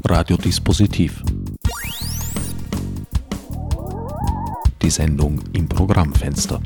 Radiodispositiv. Die Sendung im Programmfenster.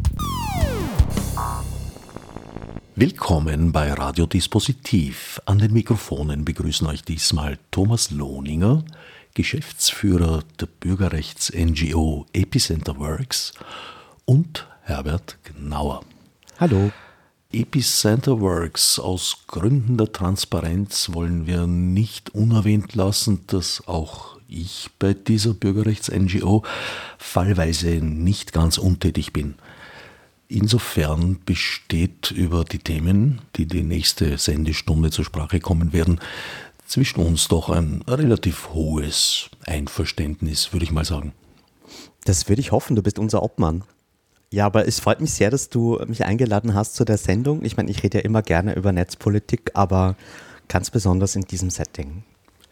Willkommen bei Radiodispositiv. An den Mikrofonen begrüßen euch diesmal Thomas Lohninger, Geschäftsführer der Bürgerrechts-NGO Epicenter Works, und Herbert Gnauer. Hallo. Epicenter Works. Aus Gründen der Transparenz wollen wir nicht unerwähnt lassen, dass auch ich bei dieser Bürgerrechts-NGO fallweise nicht ganz untätig bin. Insofern besteht über die Themen, die nächste Sendestunde zur Sprache kommen werden, zwischen uns doch ein relativ hohes Einverständnis, würde ich mal sagen. Das würde ich hoffen, du bist unser Obmann. Ja, aber es freut mich sehr, dass du mich eingeladen hast zu der Sendung. Ich meine, ich rede ja immer gerne über Netzpolitik, aber ganz besonders in diesem Setting.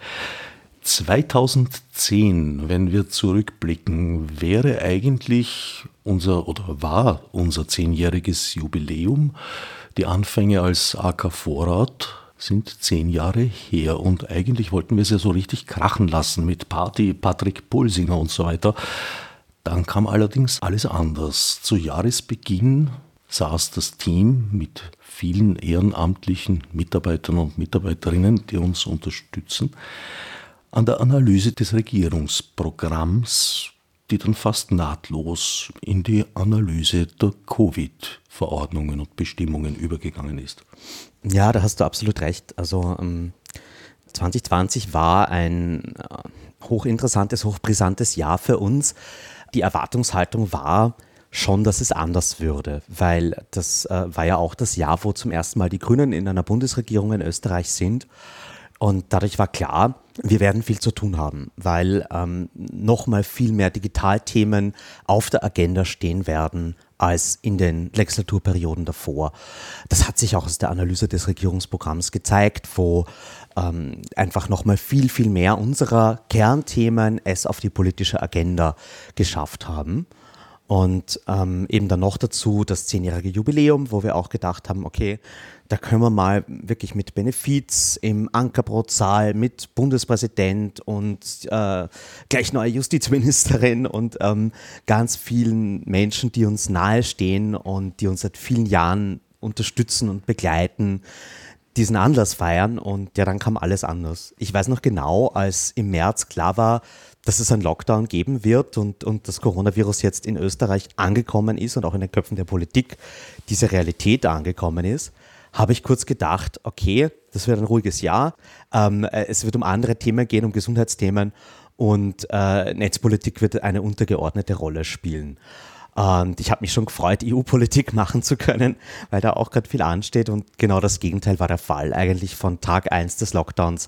2010, wenn wir zurückblicken, wäre eigentlich war unser 10-jähriges Jubiläum. Die Anfänge als AK Vorrat sind 10 Jahre her und eigentlich wollten wir es ja so richtig krachen lassen mit Party, Patrick Pulsinger und so weiter. Dann kam allerdings alles anders. Zu Jahresbeginn saß das Team mit vielen ehrenamtlichen Mitarbeitern und Mitarbeiterinnen, die uns unterstützen, an der Analyse des Regierungsprogramms, die dann fast nahtlos in die Analyse der Covid-Verordnungen und Bestimmungen übergegangen ist. Ja, da hast du absolut recht. Also 2020 war ein hochinteressantes, hochbrisantes Jahr für uns. Die Erwartungshaltung war schon, dass es anders würde, weil das war ja auch das Jahr, wo zum ersten Mal die Grünen in einer Bundesregierung in Österreich sind. Und dadurch war klar, wir werden viel zu tun haben, weil nochmal viel mehr Digitalthemen auf der Agenda stehen werden als in den Legislaturperioden davor. Das hat sich auch aus der Analyse des Regierungsprogramms gezeigt, wo einfach nochmal viel, viel mehr unserer Kernthemen es auf die politische Agenda geschafft haben. Und eben dann noch dazu das 10-jährige Jubiläum, wo wir auch gedacht haben, okay, da können wir mal wirklich mit Benefiz im Ankerbrotsaal mit Bundespräsident und gleich neue Justizministerin und ganz vielen Menschen, die uns nahestehen und die uns seit vielen Jahren unterstützen und begleiten, diesen Anlass feiern. Und ja, dann kam alles anders. Ich weiß noch genau, als im März klar war, dass es einen Lockdown geben wird und das Coronavirus jetzt in Österreich angekommen ist und auch in den Köpfen der Politik diese Realität angekommen ist, habe ich kurz gedacht, okay, das wird ein ruhiges Jahr. Es wird um andere Themen gehen, um Gesundheitsthemen, und Netzpolitik wird eine untergeordnete Rolle spielen. Und ich habe mich schon gefreut, EU-Politik machen zu können, weil da auch gerade viel ansteht, und genau das Gegenteil war der Fall. Eigentlich von Tag 1 des Lockdowns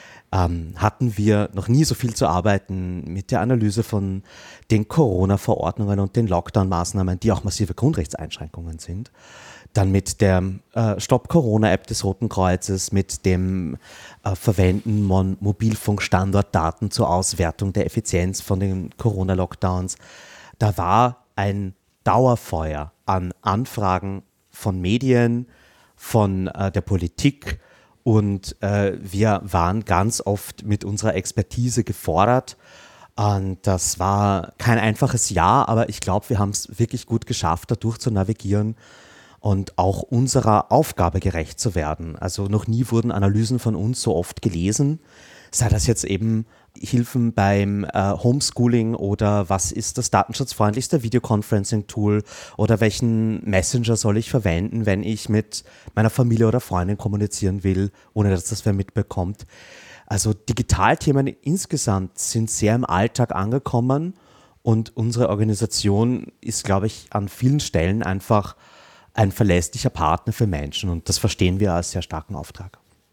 hatten wir noch nie so viel zu arbeiten mit der Analyse von den Corona-Verordnungen und den Lockdown-Maßnahmen, die auch massive Grundrechtseinschränkungen sind. Dann mit der Stop-Corona-App des Roten Kreuzes, mit dem Verwenden von Mobilfunkstandortdaten zur Auswertung der Effizienz von den Corona-Lockdowns. Da war ein Dauerfeuer an Anfragen von Medien, von der Politik, und wir waren ganz oft mit unserer Expertise gefordert. Und das war kein einfaches Jahr, aber ich glaube, wir haben es wirklich gut geschafft, da durch zu navigieren und auch unserer Aufgabe gerecht zu werden. Also noch nie wurden Analysen von uns so oft gelesen, sei das jetzt eben Hilfen beim Homeschooling oder was ist das datenschutzfreundlichste Videoconferencing-Tool oder welchen Messenger soll ich verwenden, wenn ich mit meiner Familie oder Freundin kommunizieren will, ohne dass das wer mitbekommt. Also Digitalthemen insgesamt sind sehr im Alltag angekommen, und unsere Organisation ist, glaube ich, an vielen Stellen einfach ein verlässlicher Partner für Menschen, und das verstehen wir als sehr starken Auftrag.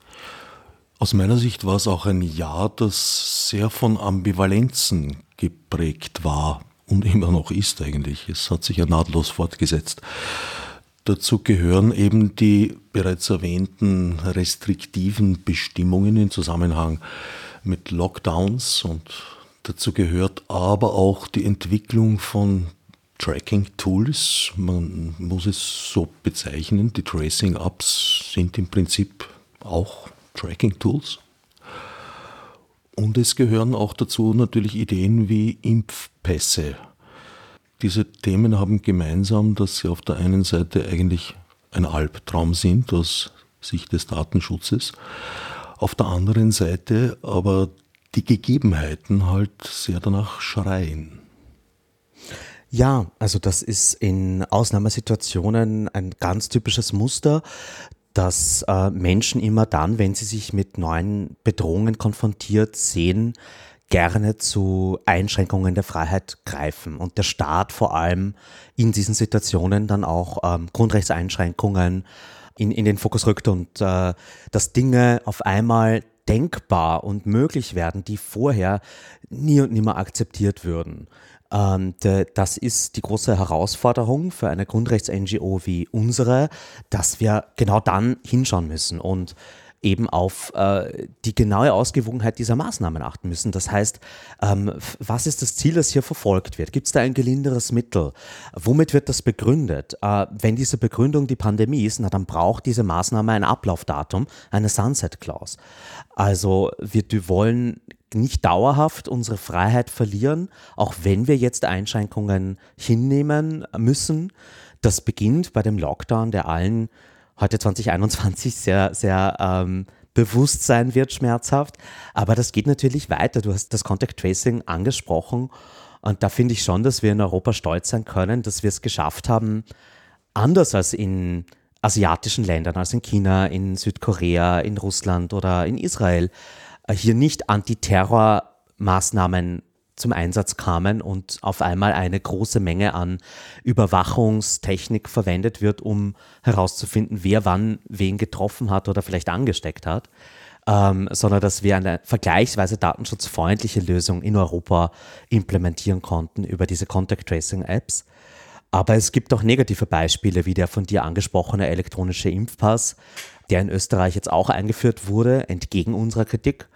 Aus meiner Sicht war es auch ein Jahr, das sehr von Ambivalenzen geprägt war und immer noch ist eigentlich. Es hat sich ja nahtlos fortgesetzt. Dazu gehören eben die bereits erwähnten restriktiven Bestimmungen im Zusammenhang mit Lockdowns, und dazu gehört aber auch die Entwicklung von Tracking-Tools. Man muss es so bezeichnen, die Tracing-Apps sind im Prinzip auch Tracking-Tools. Und es gehören auch dazu natürlich Ideen wie Impfpässe. Diese Themen haben gemeinsam, dass sie auf der einen Seite eigentlich ein Albtraum sind aus Sicht des Datenschutzes, auf der anderen Seite aber die Gegebenheiten halt sehr danach schreien. Ja, also das ist in Ausnahmesituationen ein ganz typisches Muster, dass Menschen immer dann, wenn sie sich mit neuen Bedrohungen konfrontiert sehen, gerne zu Einschränkungen der Freiheit greifen und der Staat vor allem in diesen Situationen dann auch Grundrechtseinschränkungen in den Fokus rückt und dass Dinge auf einmal denkbar und möglich werden, die vorher nie und nimmer akzeptiert würden. Das ist die große Herausforderung für eine Grundrechts-NGO wie unsere, dass wir genau dann hinschauen müssen und eben auf die genaue Ausgewogenheit dieser Maßnahmen achten müssen. Das heißt, was ist das Ziel, das hier verfolgt wird? Gibt es da ein gelinderes Mittel? Womit wird das begründet? Wenn diese Begründung die Pandemie ist, na, dann braucht diese Maßnahme ein Ablaufdatum, eine Sunset-Clause. Also wir wollen nicht dauerhaft unsere Freiheit verlieren, auch wenn wir jetzt Einschränkungen hinnehmen müssen. Das beginnt bei dem Lockdown, der allen heute 2021 sehr, sehr bewusst sein wird, schmerzhaft. Aber das geht natürlich weiter. Du hast das Contact Tracing angesprochen. Und da finde ich schon, dass wir in Europa stolz sein können, dass wir es geschafft haben, anders als in asiatischen Ländern, als in China, in Südkorea, in Russland oder in Israel, hier nicht Antiterrormaßnahmen zum Einsatz kamen und auf einmal eine große Menge an Überwachungstechnik verwendet wird, um herauszufinden, wer wann wen getroffen hat oder vielleicht angesteckt hat, sondern dass wir eine vergleichsweise datenschutzfreundliche Lösung in Europa implementieren konnten über diese Contact Tracing Apps. Aber es gibt auch negative Beispiele, wie der von dir angesprochene elektronische Impfpass, der in Österreich jetzt auch eingeführt wurde, entgegen unserer Kritik,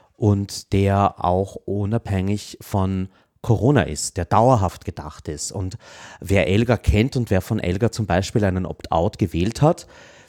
und der auch unabhängig von Corona ist, der dauerhaft gedacht ist. Und wer Elga kennt und wer von Elga zum Beispiel einen Opt-out gewählt hat,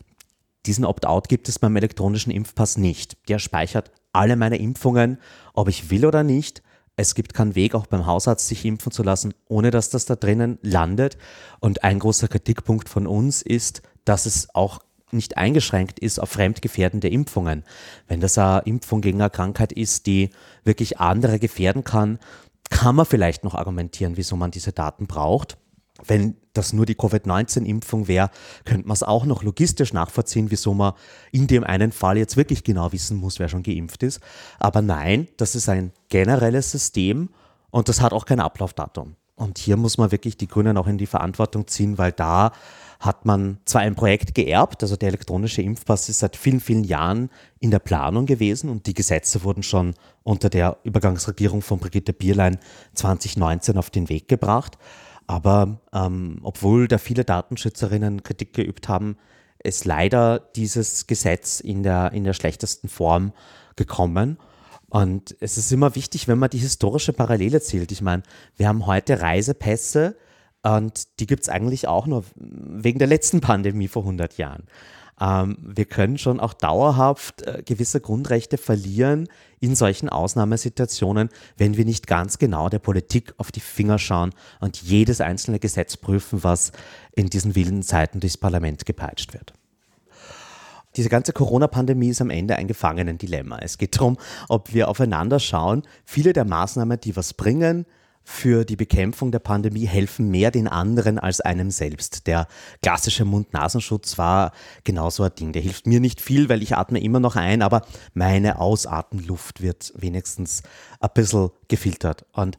diesen Opt-out gibt es beim elektronischen Impfpass nicht. Der speichert alle meine Impfungen, ob ich will oder nicht. Es gibt keinen Weg, auch beim Hausarzt sich impfen zu lassen, ohne dass das da drinnen landet. Und ein großer Kritikpunkt von uns ist, dass es auch nicht eingeschränkt ist auf fremdgefährdende Impfungen. Wenn das eine Impfung gegen eine Krankheit ist, die wirklich andere gefährden kann man vielleicht noch argumentieren, wieso man diese Daten braucht. Wenn das nur die Covid-19-Impfung wäre, könnte man es auch noch logistisch nachvollziehen, wieso man in dem einen Fall jetzt wirklich genau wissen muss, wer schon geimpft ist. Aber nein, das ist ein generelles System und das hat auch kein Ablaufdatum. Und hier muss man wirklich die Grünen auch in die Verantwortung ziehen, weil da hat man zwar ein Projekt geerbt, also der elektronische Impfpass ist seit vielen, vielen Jahren in der Planung gewesen und die Gesetze wurden schon unter der Übergangsregierung von Brigitte Bierlein 2019 auf den Weg gebracht. Aber obwohl da viele Datenschützerinnen Kritik geübt haben, ist leider dieses Gesetz in der schlechtesten Form gekommen. Und es ist immer wichtig, wenn man die historische Parallele zählt. Ich meine, wir haben heute Reisepässe und die gibt es eigentlich auch nur wegen der letzten Pandemie vor 100 Jahren. Wir können schon auch dauerhaft gewisse Grundrechte verlieren in solchen Ausnahmesituationen, wenn wir nicht ganz genau der Politik auf die Finger schauen und jedes einzelne Gesetz prüfen, was in diesen wilden Zeiten durchs Parlament gepeitscht wird. Diese ganze Corona-Pandemie ist am Ende ein Gefangenendilemma. Es geht darum, ob wir aufeinander schauen. Viele der Maßnahmen, die was bringen für die Bekämpfung der Pandemie, helfen mehr den anderen als einem selbst. Der klassische Mund-Nasenschutz war genauso ein Ding. Der hilft mir nicht viel, weil ich atme immer noch ein, aber meine Ausatemluft wird wenigstens ein bisschen gefiltert. Und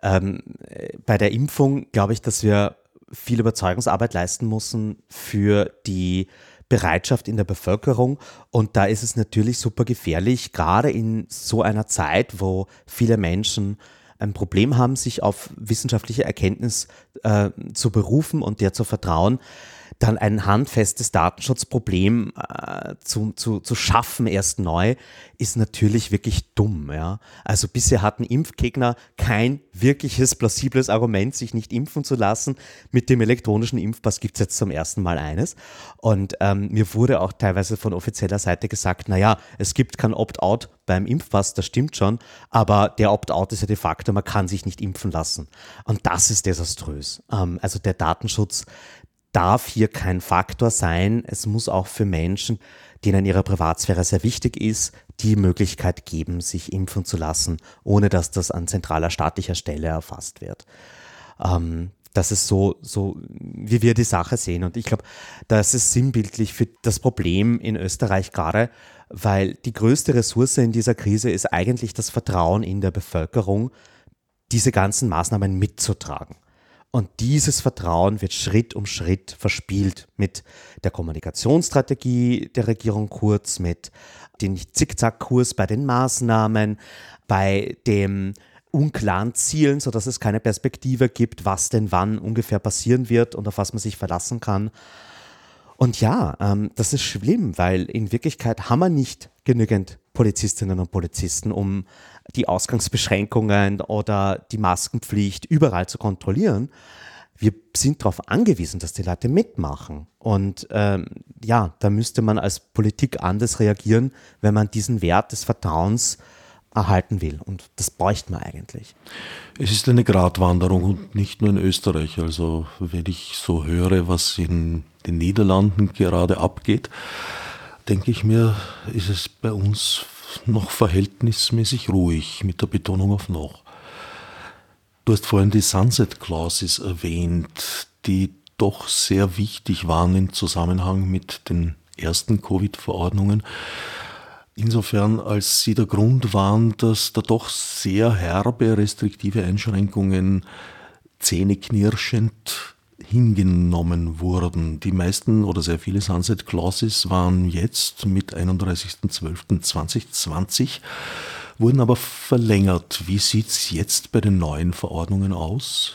bei der Impfung glaube ich, dass wir viel Überzeugungsarbeit leisten müssen für die Bereitschaft in der Bevölkerung, und da ist es natürlich super gefährlich, gerade in so einer Zeit, wo viele Menschen ein Problem haben, sich auf wissenschaftliche Erkenntnis zu berufen und der zu vertrauen, dann ein handfestes Datenschutzproblem zu schaffen erst neu, ist natürlich wirklich dumm. Ja? Also bisher hatten Impfgegner kein wirkliches plausibles Argument, sich nicht impfen zu lassen. Mit dem elektronischen Impfpass gibt es jetzt zum ersten Mal eines. Und mir wurde auch teilweise von offizieller Seite gesagt, naja, es gibt kein Opt-out beim Impfpass, das stimmt schon, aber der Opt-out ist ja de facto, man kann sich nicht impfen lassen. Und das ist desaströs. Also der Datenschutz darf hier kein Faktor sein. Es muss auch für Menschen, denen ihre Privatsphäre sehr wichtig ist, die Möglichkeit geben, sich impfen zu lassen, ohne dass das an zentraler staatlicher Stelle erfasst wird. Das ist so, wie wir die Sache sehen. Und ich glaube, das ist sinnbildlich für das Problem in Österreich gerade, weil die größte Ressource in dieser Krise ist eigentlich das Vertrauen in der Bevölkerung, diese ganzen Maßnahmen mitzutragen. Und dieses Vertrauen wird Schritt um Schritt verspielt mit der Kommunikationsstrategie der Regierung Kurz, mit dem Zickzackkurs bei den Maßnahmen, bei dem unklaren Zielen, sodass es keine Perspektive gibt, was denn wann ungefähr passieren wird und auf was man sich verlassen kann. Und ja, das ist schlimm, weil in Wirklichkeit haben wir nicht genügend Polizistinnen und Polizisten, um die Ausgangsbeschränkungen oder die Maskenpflicht überall zu kontrollieren. Wir sind darauf angewiesen, dass die Leute mitmachen. Und ja, da müsste man als Politik anders reagieren, wenn man diesen Wert des Vertrauens erhalten will. Und das bräuchte man eigentlich. Es ist eine Gratwanderung und nicht nur in Österreich. Also wenn ich so höre, was in den Niederlanden gerade abgeht, denke ich mir, ist es bei uns noch verhältnismäßig ruhig, mit der Betonung auf noch. Du hast vorhin die Sunset Clauses erwähnt, die doch sehr wichtig waren im Zusammenhang mit den ersten Covid-Verordnungen. Insofern, als sie der Grund waren, dass da doch sehr herbe, restriktive Einschränkungen zähneknirschend hingenommen wurden. Die meisten oder sehr viele Sunset Clauses waren jetzt mit 31.12.2020, wurden aber verlängert. Wie sieht es jetzt bei den neuen Verordnungen aus?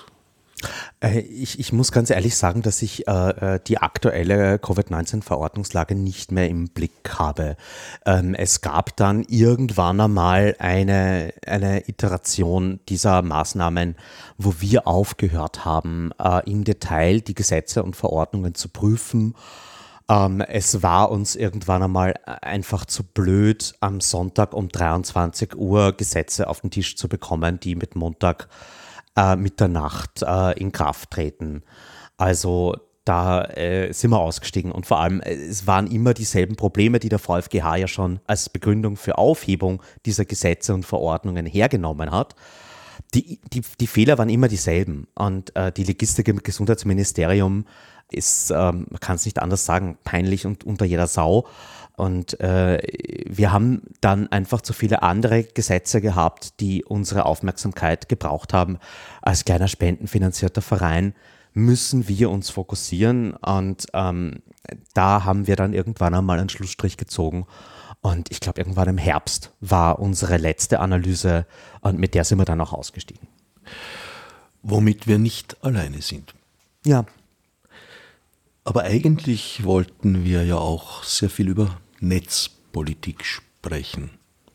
Ich muss ganz ehrlich sagen, dass ich die aktuelle Covid-19-Verordnungslage nicht mehr im Blick habe. Es gab dann irgendwann einmal eine Iteration dieser Maßnahmen, wo wir aufgehört haben, im Detail die Gesetze und Verordnungen zu prüfen. Es war uns irgendwann einmal einfach zu blöd, am Sonntag um 23 Uhr Gesetze auf den Tisch zu bekommen, die mit Montag Mitternacht in Kraft treten. Also da sind wir ausgestiegen und vor allem, es waren immer dieselben Probleme, die der VfGH ja schon als Begründung für Aufhebung dieser Gesetze und Verordnungen hergenommen hat. Die Fehler waren immer dieselben und die Logistik im Gesundheitsministerium ist, man kann es nicht anders sagen, peinlich und unter jeder Sau. Und wir haben dann einfach zu viele andere Gesetze gehabt, die unsere Aufmerksamkeit gebraucht haben. Als kleiner spendenfinanzierter Verein müssen wir uns fokussieren und da haben wir dann irgendwann einmal einen Schlussstrich gezogen. Und ich glaube, irgendwann im Herbst war unsere letzte Analyse und mit der sind wir dann auch ausgestiegen. Womit wir nicht alleine sind. Ja. Aber eigentlich wollten wir ja auch sehr viel über Netzpolitik sprechen.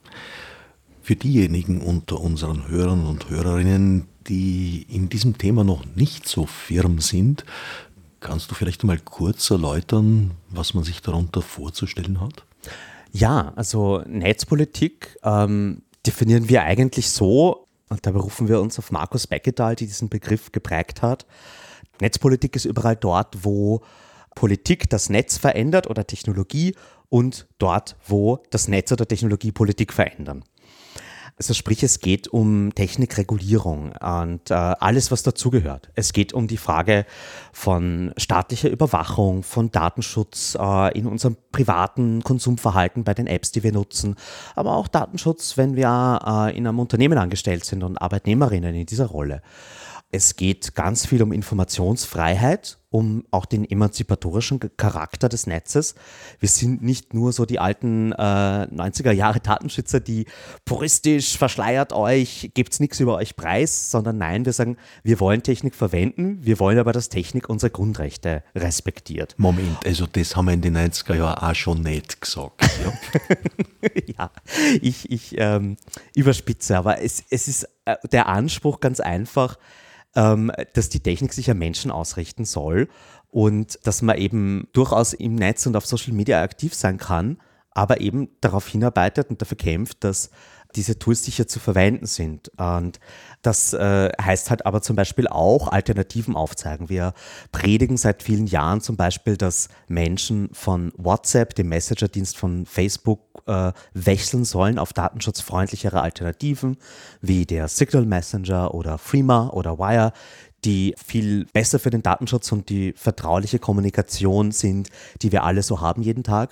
Für diejenigen unter unseren Hörern und Hörerinnen, die in diesem Thema noch nicht so firm sind, kannst du vielleicht mal kurz erläutern, was man sich darunter vorzustellen hat? Ja, also Netzpolitik definieren wir eigentlich so, und da berufen wir uns auf Markus Beckedahl, die diesen Begriff geprägt hat. Netzpolitik ist überall dort, wo Politik das Netz verändert oder Technologie und dort, wo das Netz oder Technologie Politik verändern. Also sprich, es geht um Technikregulierung und alles, was dazugehört. Es geht um die Frage von staatlicher Überwachung, von Datenschutz in unserem privaten Konsumverhalten bei den Apps, die wir nutzen, aber auch Datenschutz, wenn wir in einem Unternehmen angestellt sind und Arbeitnehmerinnen in dieser Rolle. Es geht ganz viel um Informationsfreiheit, um auch den emanzipatorischen Charakter des Netzes. Wir sind nicht nur so die alten 90er Jahre Datenschützer, die puristisch verschleiert euch, gebt's nichts über euch preis, sondern nein, wir sagen, wir wollen Technik verwenden, wir wollen aber, dass Technik unsere Grundrechte respektiert. Moment, also das haben wir in den 90er Jahren auch schon nicht gesagt. Ja, ja, ich überspitze, aber es ist der Anspruch ganz einfach, dass die Technik sich am Menschen ausrichten soll und dass man eben durchaus im Netz und auf Social Media aktiv sein kann, aber eben darauf hinarbeitet und dafür kämpft, dass diese Tools sicher zu verwenden sind. Und das heißt halt aber zum Beispiel auch Alternativen aufzeigen. Wir predigen seit vielen Jahren zum Beispiel, dass Menschen von WhatsApp, dem Messenger-Dienst von Facebook, wechseln sollen auf datenschutzfreundlichere Alternativen wie der Signal Messenger oder Threema oder Wire, die viel besser für den Datenschutz und die vertrauliche Kommunikation sind, die wir alle so haben jeden Tag.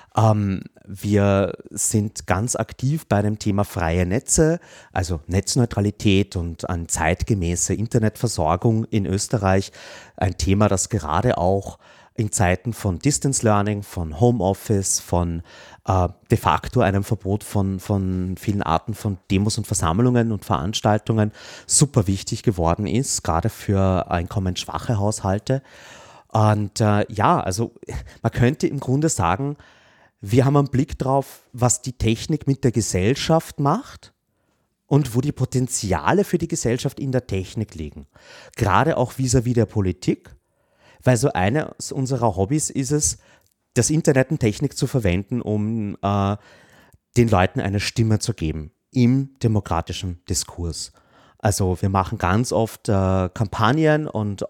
Wir sind ganz aktiv bei dem Thema freie Netze, also Netzneutralität und eine zeitgemäße Internetversorgung in Österreich. Ein Thema, das gerade auch in Zeiten von Distance Learning, von Homeoffice, von de facto einem Verbot von vielen Arten von Demos und Versammlungen und Veranstaltungen super wichtig geworden ist, gerade für einkommensschwache Haushalte. Und also man könnte im Grunde sagen, wir haben einen Blick drauf, was die Technik mit der Gesellschaft macht und wo die Potenziale für die Gesellschaft in der Technik liegen. Gerade auch vis-à-vis der Politik, weil so eines unserer Hobbys ist es, das Internet und Technik zu verwenden, um den Leuten eine Stimme zu geben im demokratischen Diskurs. Also wir machen ganz oft Kampagnen und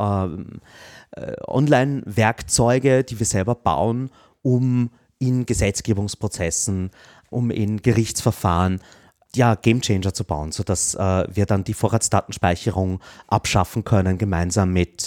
Online-Werkzeuge, die wir selber bauen, um in Gesetzgebungsprozessen, um in Gerichtsverfahren Gamechanger zu bauen, sodass wir dann die Vorratsdatenspeicherung abschaffen können, gemeinsam mit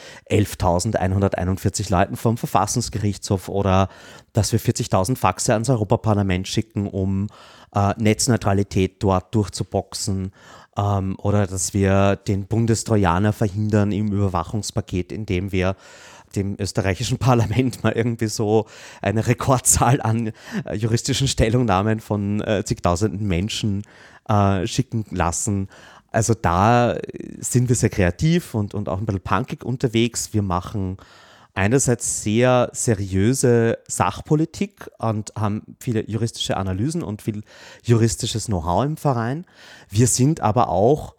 11.141 Leuten vom Verfassungsgerichtshof, oder dass wir 40.000 Faxe ans Europaparlament schicken, um Netzneutralität dort durchzuboxen, oder dass wir den Bundestrojaner verhindern im Überwachungspaket, indem wir dem österreichischen Parlament mal irgendwie so eine Rekordzahl an juristischen Stellungnahmen von zigtausenden Menschen schicken lassen. Also da sind wir sehr kreativ und auch ein bisschen punkig unterwegs. Wir machen einerseits sehr seriöse Sachpolitik und haben viele juristische Analysen und viel juristisches Know-how im Verein. Wir sind aber auch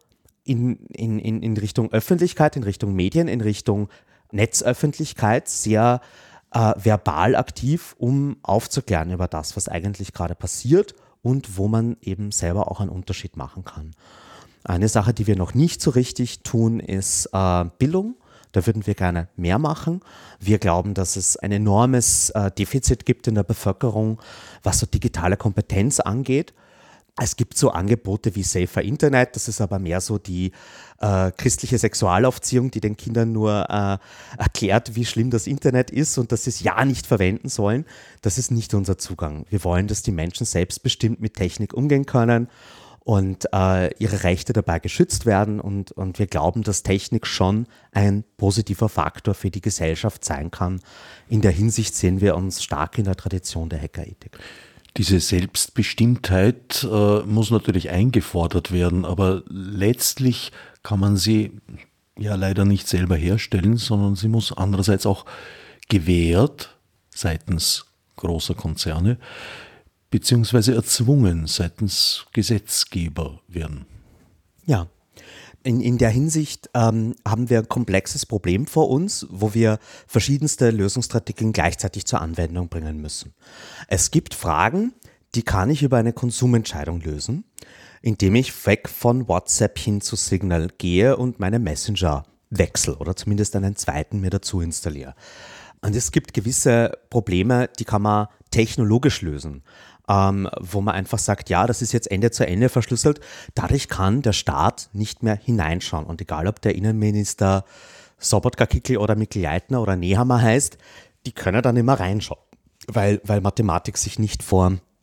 in Richtung Öffentlichkeit, in Richtung Medien, in Richtung Netzöffentlichkeit sehr verbal aktiv, um aufzuklären über das, was eigentlich gerade passiert und wo man eben selber auch einen Unterschied machen kann. Eine Sache, die wir noch nicht so richtig tun, ist Bildung. Da würden wir gerne mehr machen. Wir glauben, dass es ein enormes Defizit gibt in der Bevölkerung, was so digitale Kompetenz angeht. Es gibt so Angebote wie Safer Internet, das ist aber mehr so die christliche Sexualaufziehung, die den Kindern nur erklärt, wie schlimm das Internet ist und dass sie es ja nicht verwenden sollen. Das ist nicht unser Zugang. Wir wollen, dass die Menschen selbstbestimmt mit Technik umgehen können und ihre Rechte dabei geschützt werden. Und wir glauben, dass Technik schon ein positiver Faktor für die Gesellschaft sein kann. In der Hinsicht sehen wir uns stark in der Tradition der Hackerethik. Diese Selbstbestimmtheit muss natürlich eingefordert werden, aber letztlich kann man sie ja leider nicht selber herstellen, sondern sie muss andererseits auch gewährt seitens großer Konzerne beziehungsweise erzwungen seitens Gesetzgeber werden. Ja. In der Hinsicht haben wir ein komplexes Problem vor uns, wo wir verschiedenste Lösungsstrategien gleichzeitig zur Anwendung bringen müssen. Es gibt Fragen, die kann ich über eine Konsumentscheidung lösen, indem ich weg von WhatsApp hin zu Signal gehe und meine Messenger wechsle oder zumindest einen zweiten mir dazu installiere. Und es gibt gewisse Probleme, die kann man technologisch lösen. Wo man einfach sagt, ja, das ist jetzt Ende zu Ende verschlüsselt. Dadurch kann der Staat nicht mehr hineinschauen. Und egal, ob der Innenminister Sobotka, Kickl oder Mikl-Leitner oder Nehammer heißt, die können dann immer reinschauen, weil Mathematik sich nicht vor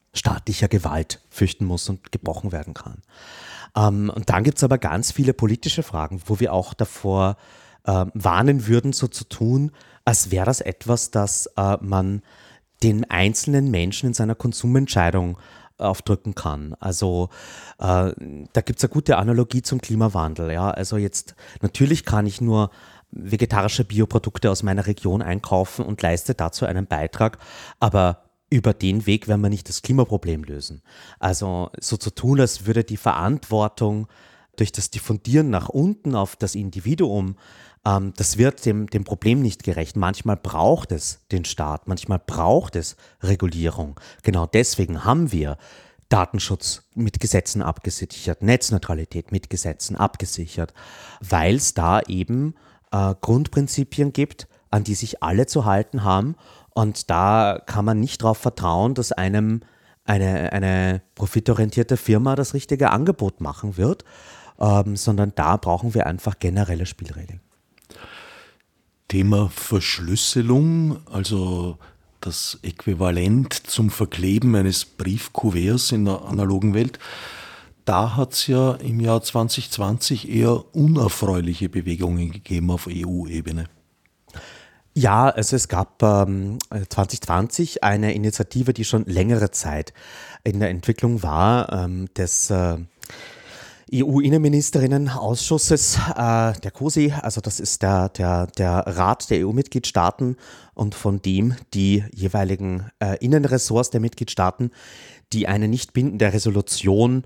staatlicher Gewalt fürchten muss und gebrochen werden kann. Und dann gibt es aber ganz viele politische Fragen, wo wir auch davor warnen würden, so zu tun, als wäre das etwas, das man den einzelnen Menschen in seiner Konsumentscheidung aufdrücken kann. Also da gibt es eine gute Analogie zum Klimawandel. Ja? Also jetzt natürlich kann ich nur vegetarische Bioprodukte aus meiner Region einkaufen und leiste dazu einen Beitrag, aber über den Weg werden wir nicht das Klimaproblem lösen. Also so zu tun, als würde die Verantwortung durch das Diffundieren nach unten auf das Individuum, das wird dem Problem nicht gerecht. Manchmal braucht es den Staat, manchmal braucht es Regulierung. Genau deswegen haben wir Datenschutz mit Gesetzen abgesichert, Netzneutralität mit Gesetzen abgesichert, weil es da eben Grundprinzipien gibt, an die sich alle zu halten haben. Und da kann man nicht darauf vertrauen, dass einem eine profitorientierte Firma das richtige Angebot machen wird, sondern da brauchen wir einfach generelle Spielregeln. Thema Verschlüsselung, also das Äquivalent zum Verkleben eines Briefkuverts in der analogen Welt. Da hat es ja im Jahr 2020 eher unerfreuliche Bewegungen gegeben auf EU-Ebene. Ja, also es gab 2020 eine Initiative, die schon längere Zeit in der Entwicklung war, des EU-Innenministerinnen-Ausschusses, der COSI, also das ist der Rat der EU-Mitgliedstaaten und von dem die jeweiligen Innenressorts der Mitgliedstaaten, die eine nicht bindende Resolution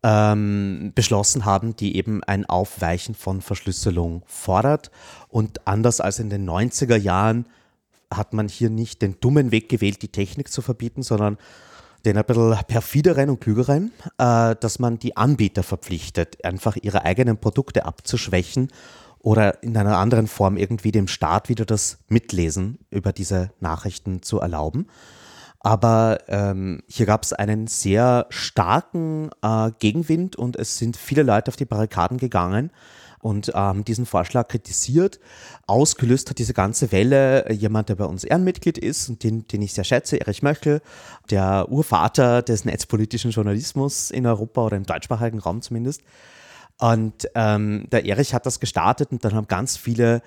beschlossen haben, die eben ein Aufweichen von Verschlüsselung fordert. Und anders als in den 90er Jahren hat man hier nicht den dummen Weg gewählt, die Technik zu verbieten, sondern den ein bisschen perfideren und klügeren, dass man die Anbieter verpflichtet, einfach ihre eigenen Produkte abzuschwächen oder in einer anderen Form irgendwie dem Staat wieder das Mitlesen über diese Nachrichten zu erlauben. Aber hier gab es einen sehr starken Gegenwind und es sind viele Leute auf die Barrikaden gegangen und haben diesen Vorschlag kritisiert. Ausgelöst hat diese ganze Welle jemand, der bei uns Ehrenmitglied ist und den ich sehr schätze, Erich Möchel, der Urvater des netzpolitischen Journalismus in Europa oder im deutschsprachigen Raum zumindest. Und der Erich hat das gestartet und dann haben ganz viele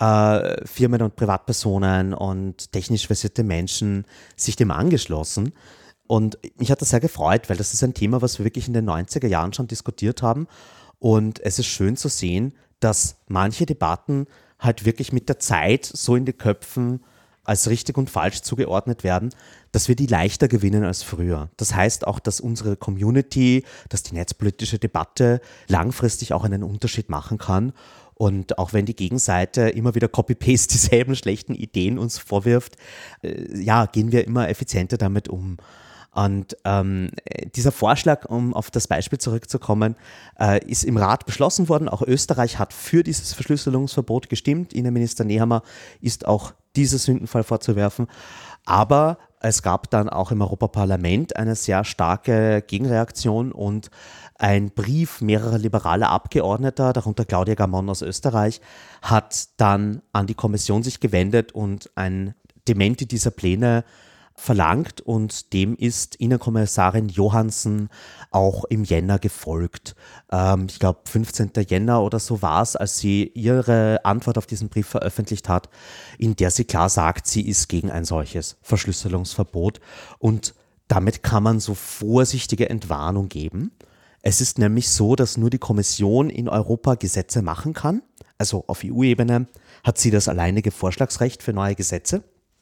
Firmen und Privatpersonen und technisch versierte Menschen sich dem angeschlossen. Und mich hat das sehr gefreut, weil das ist ein Thema, was wir wirklich in den 90er Jahren schon diskutiert haben. Und es ist schön zu sehen, dass manche Debatten halt wirklich mit der Zeit so in den Köpfen als richtig und falsch zugeordnet werden, dass wir die leichter gewinnen als früher. Das heißt auch, dass unsere Community, dass die netzpolitische Debatte langfristig auch einen Unterschied machen kann. Und auch wenn die Gegenseite immer wieder Copy-Paste dieselben schlechten Ideen uns vorwirft, gehen wir immer effizienter damit um. Und dieser Vorschlag, um auf das Beispiel zurückzukommen, ist im Rat beschlossen worden. Auch Österreich hat für dieses Verschlüsselungsverbot gestimmt. Innenminister Nehammer ist auch dieser Sündenfall vorzuwerfen. Aber es gab dann auch im Europaparlament eine sehr starke Gegenreaktion und ein Brief mehrerer liberaler Abgeordneter, darunter Claudia Gamon aus Österreich, hat dann an die Kommission sich gewendet und ein Dementi dieser Pläne verlangt und dem ist Innenkommissarin Johansson auch im Jänner gefolgt. Ich glaube 15. Jänner oder so war es, als sie ihre Antwort auf diesen Brief veröffentlicht hat, in der sie klar sagt, sie ist gegen ein solches Verschlüsselungsverbot und damit kann man so vorsichtige Entwarnung geben. Es ist nämlich so, dass nur die Kommission in Europa Gesetze machen kann. Also auf EU-Ebene hat sie das alleinige Vorschlagsrecht für neue Gesetze.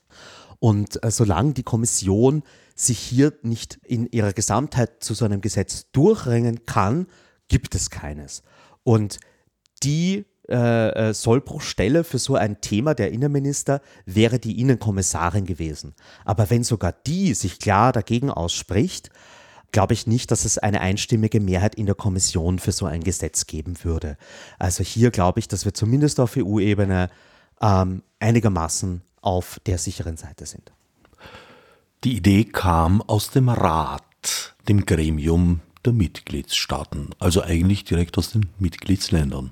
Und solange die Kommission sich hier nicht in ihrer Gesamtheit zu so einem Gesetz durchringen kann, gibt es keines. Und die Sollbruchstelle für so ein Thema der Innenminister wäre die Innenkommissarin gewesen. Aber wenn sogar die sich klar dagegen ausspricht, glaube ich nicht, dass es eine einstimmige Mehrheit in der Kommission für so ein Gesetz geben würde. Also hier glaube ich, dass wir zumindest auf EU-Ebene einigermaßen auf der sicheren Seite sind. Die Idee kam aus dem Rat, dem Gremium der Mitgliedstaaten, also eigentlich direkt aus den Mitgliedsländern.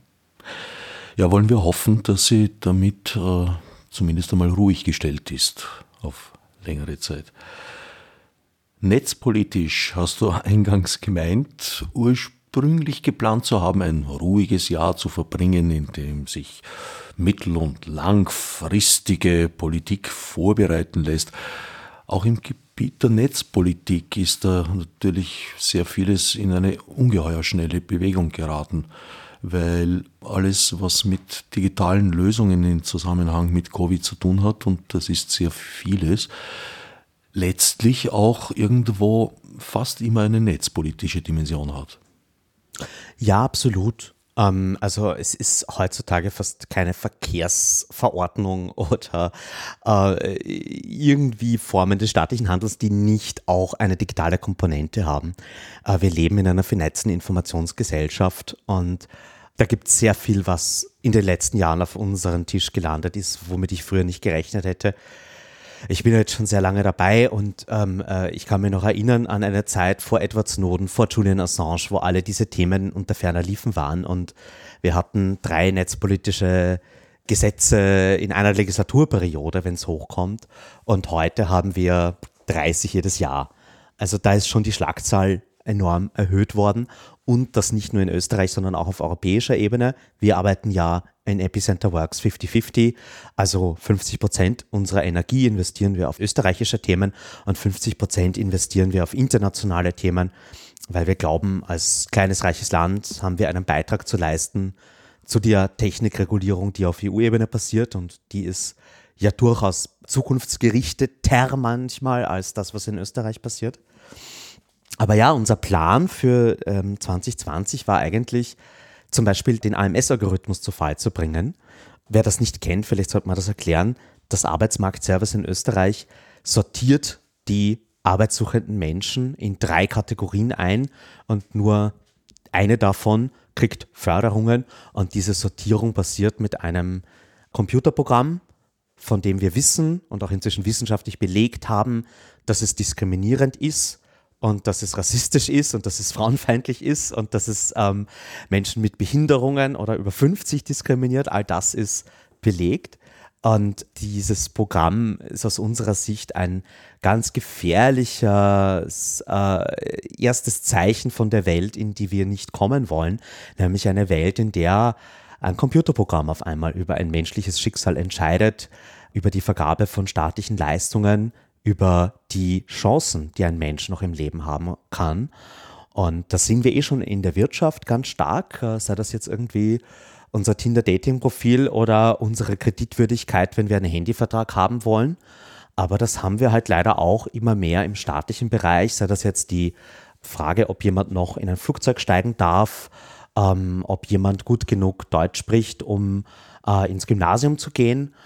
Ja, wollen wir hoffen, dass sie damit zumindest einmal ruhig gestellt ist auf längere Zeit. Netzpolitisch hast du eingangs gemeint, ursprünglich geplant zu haben, ein ruhiges Jahr zu verbringen, in dem sich mittel- und langfristige Politik vorbereiten lässt. Auch im Gebiet der Netzpolitik ist da natürlich sehr vieles in eine ungeheuer schnelle Bewegung geraten, weil alles, was mit digitalen Lösungen im Zusammenhang mit Covid zu tun hat, und das ist sehr vieles, letztlich auch irgendwo fast immer eine netzpolitische Dimension hat. Ja, absolut. Also es ist heutzutage fast keine Verkehrsverordnung oder irgendwie Formen des staatlichen Handels, die nicht auch eine digitale Komponente haben. Wir leben in einer vernetzten Informationsgesellschaft und da gibt es sehr viel, was in den letzten Jahren auf unseren Tisch gelandet ist, womit ich früher nicht gerechnet hätte. Ich bin jetzt schon sehr lange dabei und ich kann mich noch erinnern an eine Zeit vor Edward Snowden, vor Julian Assange, wo alle diese Themen unter ferner Liefen waren und wir hatten 3 netzpolitische Gesetze in einer Legislaturperiode, wenn es hochkommt, und heute haben wir 30 jedes Jahr. Also da ist schon die Schlagzahl enorm erhöht worden und das nicht nur in Österreich, sondern auch auf europäischer Ebene. Wir arbeiten ja in Epicenter Works 50-50, also 50% unserer Energie investieren wir auf österreichische Themen und 50% investieren wir auf internationale Themen, weil wir glauben, als kleines, reiches Land haben wir einen Beitrag zu leisten zu der Technikregulierung, die auf EU-Ebene passiert und die ist ja durchaus zukunftsgerichteter manchmal als das, was in Österreich passiert. Aber ja, unser Plan für 2020 war eigentlich, zum Beispiel den AMS-Algorithmus zu Fall zu bringen. Wer das nicht kennt, vielleicht sollte man das erklären. Das Arbeitsmarktservice in Österreich sortiert die arbeitssuchenden Menschen in 3 Kategorien ein und nur eine davon kriegt Förderungen und diese Sortierung passiert mit einem Computerprogramm, von dem wir wissen und auch inzwischen wissenschaftlich belegt haben, dass es diskriminierend ist und dass es rassistisch ist und dass es frauenfeindlich ist und dass es Menschen mit Behinderungen oder über 50 diskriminiert. All das ist belegt. Und dieses Programm ist aus unserer Sicht ein ganz gefährliches erstes Zeichen von der Welt, in die wir nicht kommen wollen, nämlich eine Welt, in der ein Computerprogramm auf einmal über ein menschliches Schicksal entscheidet, über die Vergabe von staatlichen Leistungen, über die Chancen, die ein Mensch noch im Leben haben kann. Und das sehen wir schon in der Wirtschaft ganz stark, sei das jetzt irgendwie unser Tinder-Dating-Profil oder unsere Kreditwürdigkeit, wenn wir einen Handyvertrag haben wollen. Aber das haben wir halt leider auch immer mehr im staatlichen Bereich, sei das jetzt die Frage, ob jemand noch in ein Flugzeug steigen darf, ob jemand gut genug Deutsch spricht, um ins Gymnasium zu gehen.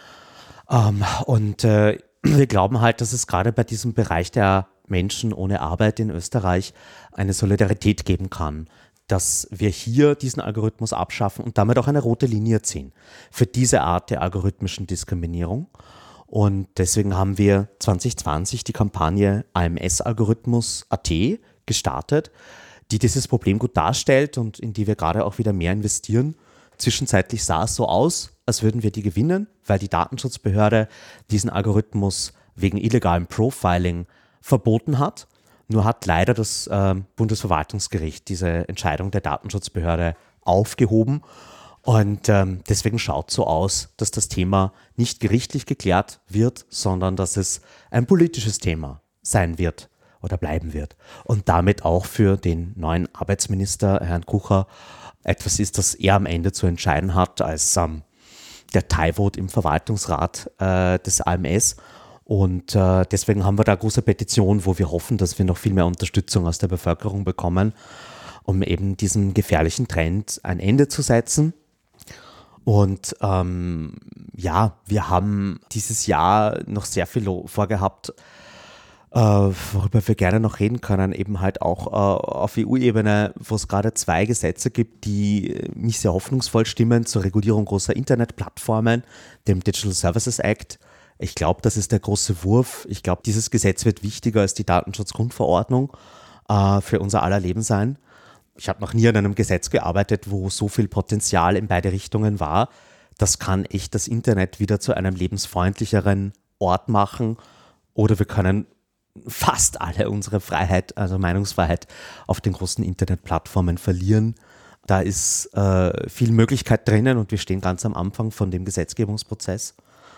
Wir glauben halt, dass es gerade bei diesem Bereich der Menschen ohne Arbeit in Österreich eine Solidarität geben kann, dass wir hier diesen Algorithmus abschaffen und damit auch eine rote Linie ziehen für diese Art der algorithmischen Diskriminierung. Und deswegen haben wir 2020 die Kampagne AMS-Algorithmus.at gestartet, die dieses Problem gut darstellt und in die wir gerade auch wieder mehr investieren. Zwischenzeitlich sah es so aus, als würden wir die gewinnen, weil die Datenschutzbehörde diesen Algorithmus wegen illegalem Profiling verboten hat. Nur hat leider das Bundesverwaltungsgericht diese Entscheidung der Datenschutzbehörde aufgehoben. Und deswegen schaut so aus, dass das Thema nicht gerichtlich geklärt wird, sondern dass es ein politisches Thema sein wird oder bleiben wird. Und damit auch für den neuen Arbeitsminister, Herrn Kucher, etwas ist, das er am Ende zu entscheiden hat als der Teilvote im Verwaltungsrat des AMS. Und deswegen haben wir da eine große Petition, wo wir hoffen, dass wir noch viel mehr Unterstützung aus der Bevölkerung bekommen, um eben diesem gefährlichen Trend ein Ende zu setzen. Und wir haben dieses Jahr noch sehr viel vorgehabt, worüber wir gerne noch reden können, eben halt auch auf EU-Ebene, wo es gerade 2 Gesetze gibt, die mich sehr hoffnungsvoll stimmen zur Regulierung großer Internetplattformen, dem Digital Services Act. Ich glaube, das ist der große Wurf. Ich glaube, dieses Gesetz wird wichtiger als die Datenschutzgrundverordnung für unser aller Leben sein. Ich habe noch nie an einem Gesetz gearbeitet, wo so viel Potenzial in beide Richtungen war. Das kann echt das Internet wieder zu einem lebensfreundlicheren Ort machen oder wir können fast alle unsere Freiheit, also Meinungsfreiheit auf den großen Internetplattformen verlieren. Da ist viel Möglichkeit drinnen und wir stehen ganz am Anfang von dem Gesetzgebungsprozess.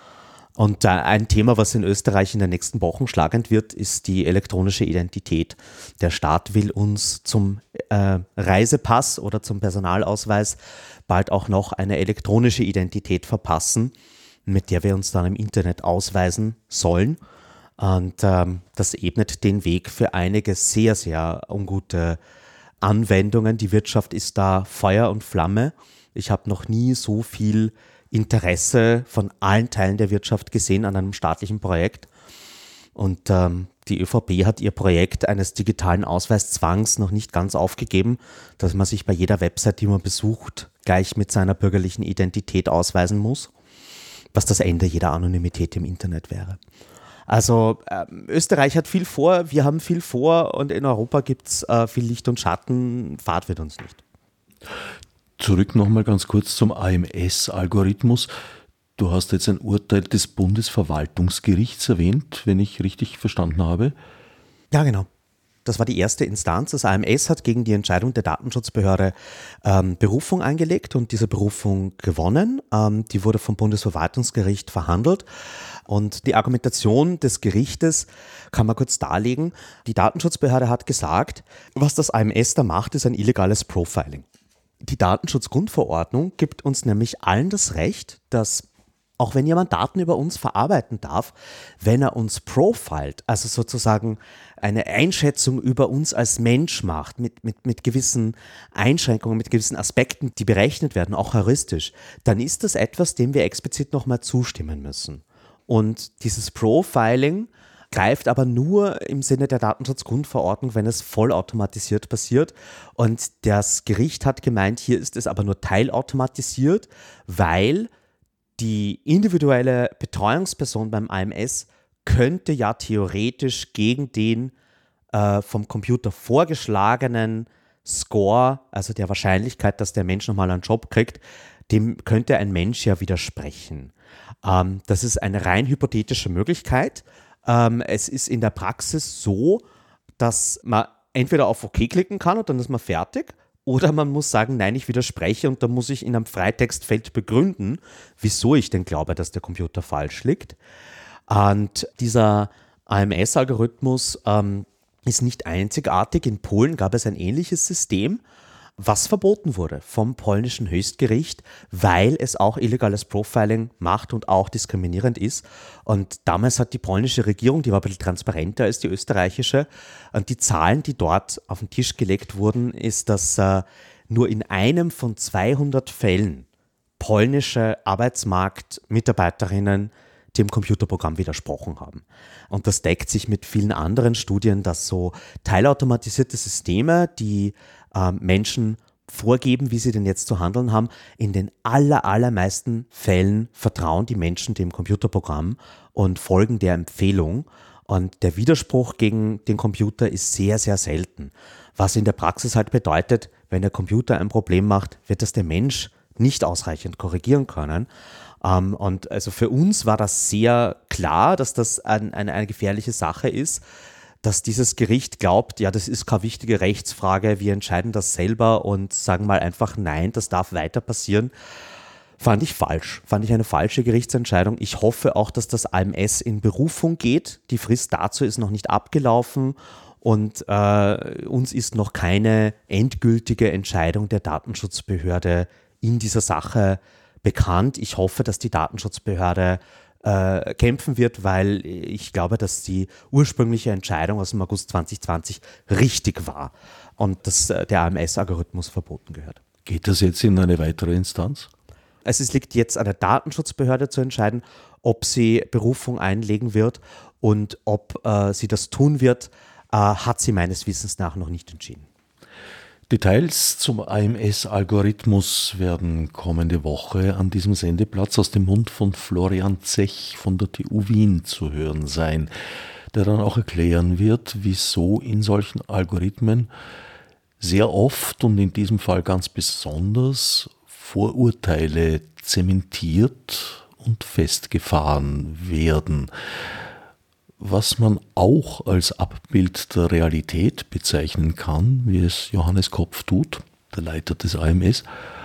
Und ein Thema, was in Österreich in den nächsten Wochen schlagend wird, ist die elektronische Identität. Der Staat will uns zum Reisepass oder zum Personalausweis bald auch noch eine elektronische Identität verpassen, mit der wir uns dann im Internet ausweisen sollen. Und das ebnet den Weg für einige sehr, sehr ungute Anwendungen. Die Wirtschaft ist da Feuer und Flamme. Ich habe noch nie so viel Interesse von allen Teilen der Wirtschaft gesehen an einem staatlichen Projekt. Und die ÖVP hat ihr Projekt eines digitalen Ausweiszwangs noch nicht ganz aufgegeben, dass man sich bei jeder Website, die man besucht, gleich mit seiner bürgerlichen Identität ausweisen muss, was das Ende jeder Anonymität im Internet wäre. Also Österreich hat viel vor, wir haben viel vor und in Europa gibt es viel Licht und Schatten, Fahrt wird uns nicht. Zurück nochmal ganz kurz zum AMS-Algorithmus. Du hast jetzt ein Urteil des Bundesverwaltungsgerichts erwähnt, wenn ich richtig verstanden habe. Ja, genau. Das war die erste Instanz. Das AMS hat gegen die Entscheidung der Datenschutzbehörde Berufung eingelegt und diese Berufung gewonnen. Die wurde vom Bundesverwaltungsgericht verhandelt. Und die Argumentation des Gerichtes kann man kurz darlegen. Die Datenschutzbehörde hat gesagt, was das AMS da macht, ist ein illegales Profiling. Die Datenschutzgrundverordnung gibt uns nämlich allen das Recht, dass auch wenn jemand Daten über uns verarbeiten darf, wenn er uns profilt, also sozusagen eine Einschätzung über uns als Mensch macht, mit gewissen Einschränkungen, mit gewissen Aspekten, die berechnet werden, auch heuristisch, dann ist das etwas, dem wir explizit nochmal zustimmen müssen. Und dieses Profiling greift aber nur im Sinne der Datenschutzgrundverordnung, wenn es vollautomatisiert passiert. Und das Gericht hat gemeint, hier ist es aber nur teilautomatisiert, weil die individuelle Betreuungsperson beim AMS könnte ja theoretisch gegen den vom Computer vorgeschlagenen Score, also der Wahrscheinlichkeit, dass der Mensch nochmal einen Job kriegt, dem könnte ein Mensch ja widersprechen. Das ist eine rein hypothetische Möglichkeit. Es ist in der Praxis so, dass man entweder auf OK klicken kann und dann ist man fertig, oder man muss sagen, nein, ich widerspreche und dann muss ich in einem Freitextfeld begründen, wieso ich denn glaube, dass der Computer falsch liegt. Und dieser AMS-Algorithmus ist nicht einzigartig. In Polen gab es ein ähnliches System, was verboten wurde vom polnischen Höchstgericht, weil es auch illegales Profiling macht und auch diskriminierend ist. Und damals hat die polnische Regierung, die war ein bisschen transparenter als die österreichische, und die Zahlen, die dort auf den Tisch gelegt wurden, ist, dass nur in einem von 200 Fällen polnische Arbeitsmarktmitarbeiterinnen dem Computerprogramm widersprochen haben. Und das deckt sich mit vielen anderen Studien, dass so teilautomatisierte Systeme, die Menschen vorgeben, wie sie denn jetzt zu handeln haben, in den allermeisten Fällen vertrauen die Menschen dem Computerprogramm und folgen der Empfehlung. Und der Widerspruch gegen den Computer ist sehr, sehr selten. Was in der Praxis halt bedeutet, wenn der Computer ein Problem macht, wird das der Mensch nicht ausreichend korrigieren können. Und also für uns war das sehr klar, dass das eine gefährliche Sache ist, dass dieses Gericht glaubt, ja, das ist keine wichtige Rechtsfrage, wir entscheiden das selber und sagen mal einfach nein, das darf weiter passieren. Fand ich falsch, fand ich eine falsche Gerichtsentscheidung. Ich hoffe auch, dass das AMS in Berufung geht. Die Frist dazu ist noch nicht abgelaufen und uns ist noch keine endgültige Entscheidung der Datenschutzbehörde in dieser Sache bekannt. Ich hoffe, dass die Datenschutzbehörde kämpfen wird, weil ich glaube, dass die ursprüngliche Entscheidung aus dem August 2020 richtig war und dass der AMS-Algorithmus verboten gehört. Geht das jetzt in eine weitere Instanz? Also es liegt jetzt an der Datenschutzbehörde zu entscheiden, ob sie Berufung einlegen wird und ob sie das tun wird, hat sie meines Wissens nach noch nicht entschieden. Details zum AMS-Algorithmus werden kommende Woche an diesem Sendeplatz aus dem Mund von Florian Zech von der TU Wien zu hören sein, der dann auch erklären wird, wieso in solchen Algorithmen sehr oft und in diesem Fall ganz besonders was man auch als Abbild der Realität bezeichnen kann, wie es Johannes Kopf tut, der Leiter des AMS.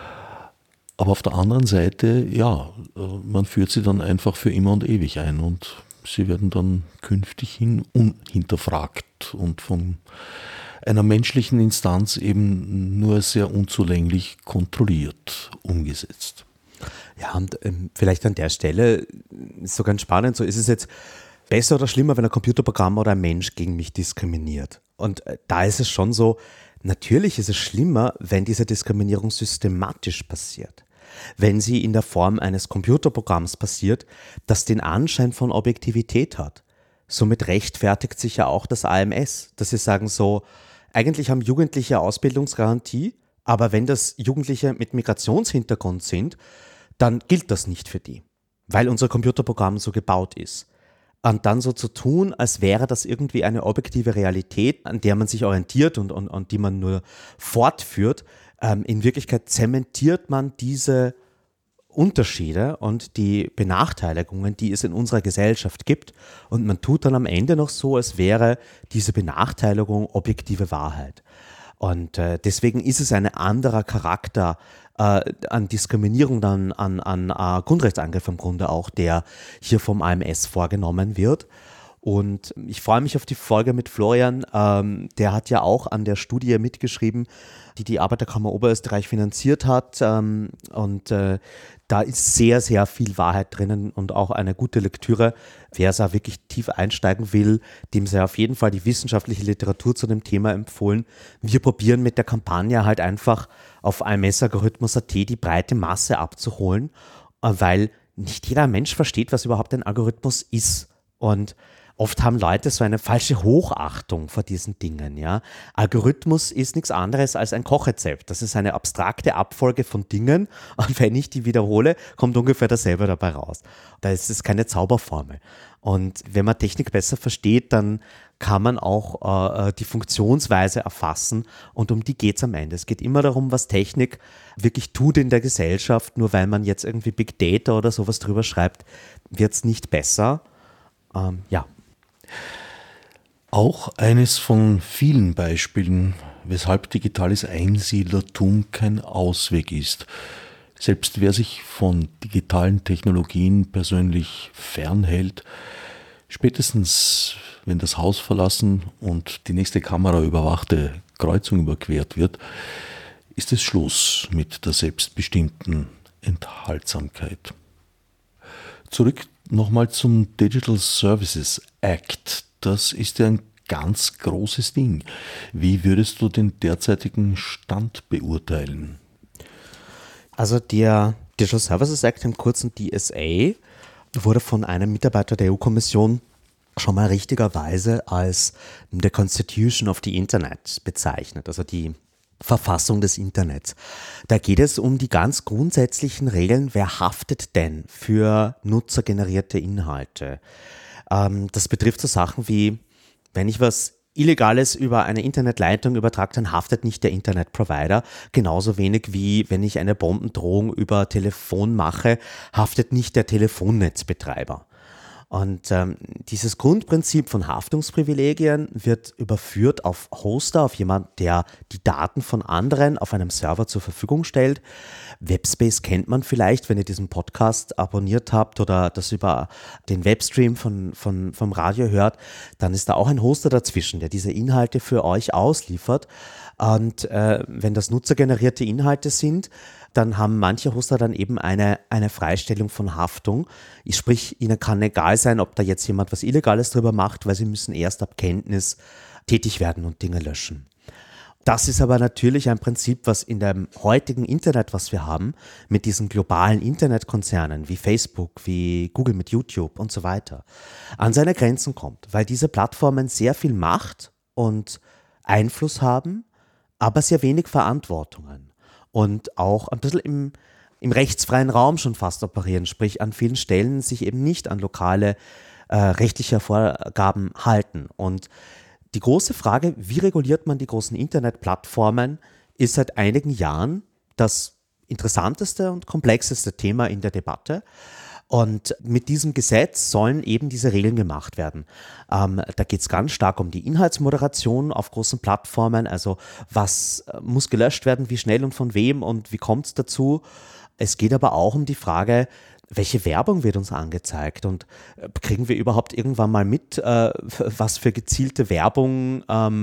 Aber auf der anderen Seite, ja, man führt sie dann einfach für immer und ewig ein und sie werden dann künftig unhinterfragt und von einer menschlichen Instanz eben nur sehr unzulänglich kontrolliert umgesetzt. Ja, und vielleicht an der Stelle ist so ganz spannend, so ist es jetzt besser oder schlimmer, wenn ein Computerprogramm oder ein Mensch gegen mich diskriminiert. Und da ist es schon so, natürlich ist es schlimmer, wenn diese Diskriminierung systematisch passiert. Wenn sie in der Form eines Computerprogramms passiert, das den Anschein von Objektivität hat. Somit rechtfertigt sich ja auch das AMS, dass sie sagen so, eigentlich haben Jugendliche Ausbildungsgarantie, aber wenn das Jugendliche mit Migrationshintergrund sind, dann gilt das nicht für die, weil unser Computerprogramm so gebaut ist. Und dann so zu tun, als wäre das irgendwie eine objektive Realität, an der man sich orientiert und die man nur fortführt, in Wirklichkeit zementiert man diese Unterschiede und die Benachteiligungen, die es in unserer Gesellschaft gibt. Und man tut dann am Ende noch so, als wäre diese Benachteiligung objektive Wahrheit. Und deswegen ist es ein anderer Charakter an Diskriminierung, dann an Grundrechtsangriff im Grunde auch, der hier vom AMS vorgenommen wird. Und ich freue mich auf die Folge mit Florian. Der hat ja auch an der Studie mitgeschrieben, die Arbeiterkammer Oberösterreich finanziert hat. Und da ist sehr, sehr viel Wahrheit drinnen und auch eine gute Lektüre. Wer da wirklich tief einsteigen will, dem sei auf jeden Fall die wissenschaftliche Literatur zu dem Thema empfohlen. Wir probieren mit der Kampagne halt einfach auf AMS-Algorithmus.at die breite Masse abzuholen, weil nicht jeder Mensch versteht, was überhaupt ein Algorithmus ist. Und oft haben Leute so eine falsche Hochachtung vor diesen Dingen. Ja? Algorithmus ist nichts anderes als ein Kochrezept. Das ist eine abstrakte Abfolge von Dingen und wenn ich die wiederhole, kommt ungefähr dasselbe dabei raus. Da ist es keine Zauberformel. Und wenn man Technik besser versteht, dann kann man auch die Funktionsweise erfassen und um die geht es am Ende. Es geht immer darum, was Technik wirklich tut in der Gesellschaft. Nur weil man jetzt irgendwie Big Data oder sowas drüber schreibt, wird es nicht besser. Ja. Auch eines von vielen Beispielen, weshalb digitales Einsiedlertum kein Ausweg ist. Selbst wer sich von digitalen Technologien persönlich fernhält, spätestens wenn das Haus verlassen und die nächste kameraüberwachte Kreuzung überquert wird, ist es Schluss mit der selbstbestimmten Enthaltsamkeit. Zurück nochmal zum Digital Services Act. Das ist ja ein ganz großes Ding. Wie würdest du den derzeitigen Stand beurteilen? Also der Digital Services Act, im kurzen DSA, wurde von einem Mitarbeiter der EU-Kommission schon mal richtigerweise als the Constitution of the Internet bezeichnet, also die Verfassung des Internets. Da geht es um die ganz grundsätzlichen Regeln, wer haftet denn für nutzergenerierte Inhalte. Das betrifft so Sachen wie, wenn ich was Illegales über eine Internetleitung übertrage, dann haftet nicht der Internetprovider. Genauso wenig wie wenn ich eine Bombendrohung über Telefon mache, haftet nicht der Telefonnetzbetreiber. Und dieses Grundprinzip von Haftungsprivilegien wird überführt auf Hoster, auf jemanden, der die Daten von anderen auf einem Server zur Verfügung stellt. Webspace kennt man vielleicht, wenn ihr diesen Podcast abonniert habt oder das über den Webstream vom Radio hört, dann ist da auch ein Hoster dazwischen, der diese Inhalte für euch ausliefert. Und wenn das nutzergenerierte Inhalte sind, dann haben manche Hoster dann eben eine Freistellung von Haftung. Sprich, ihnen kann egal sein, ob da jetzt jemand was Illegales drüber macht, weil sie müssen erst ab Kenntnis tätig werden und Dinge löschen. Das ist aber natürlich ein Prinzip, was in dem heutigen Internet, was wir haben, mit diesen globalen Internetkonzernen wie Facebook, wie Google mit YouTube und so weiter, an seine Grenzen kommt, weil diese Plattformen sehr viel Macht und Einfluss haben, aber sehr wenig Verantwortungen. Und auch ein bisschen im rechtsfreien Raum schon fast operieren, sprich an vielen Stellen sich eben nicht an lokale rechtliche Vorgaben halten. Und die große Frage, wie reguliert man die großen Internetplattformen, ist seit einigen Jahren das interessanteste und komplexeste Thema in der Debatte. Und mit diesem Gesetz sollen eben diese Regeln gemacht werden. Da geht es ganz stark um die Inhaltsmoderation auf großen Plattformen, also was muss gelöscht werden, wie schnell und von wem und wie kommt es dazu. Es geht aber auch um die Frage, welche Werbung wird uns angezeigt und kriegen wir überhaupt irgendwann mal mit, was für gezielte Werbung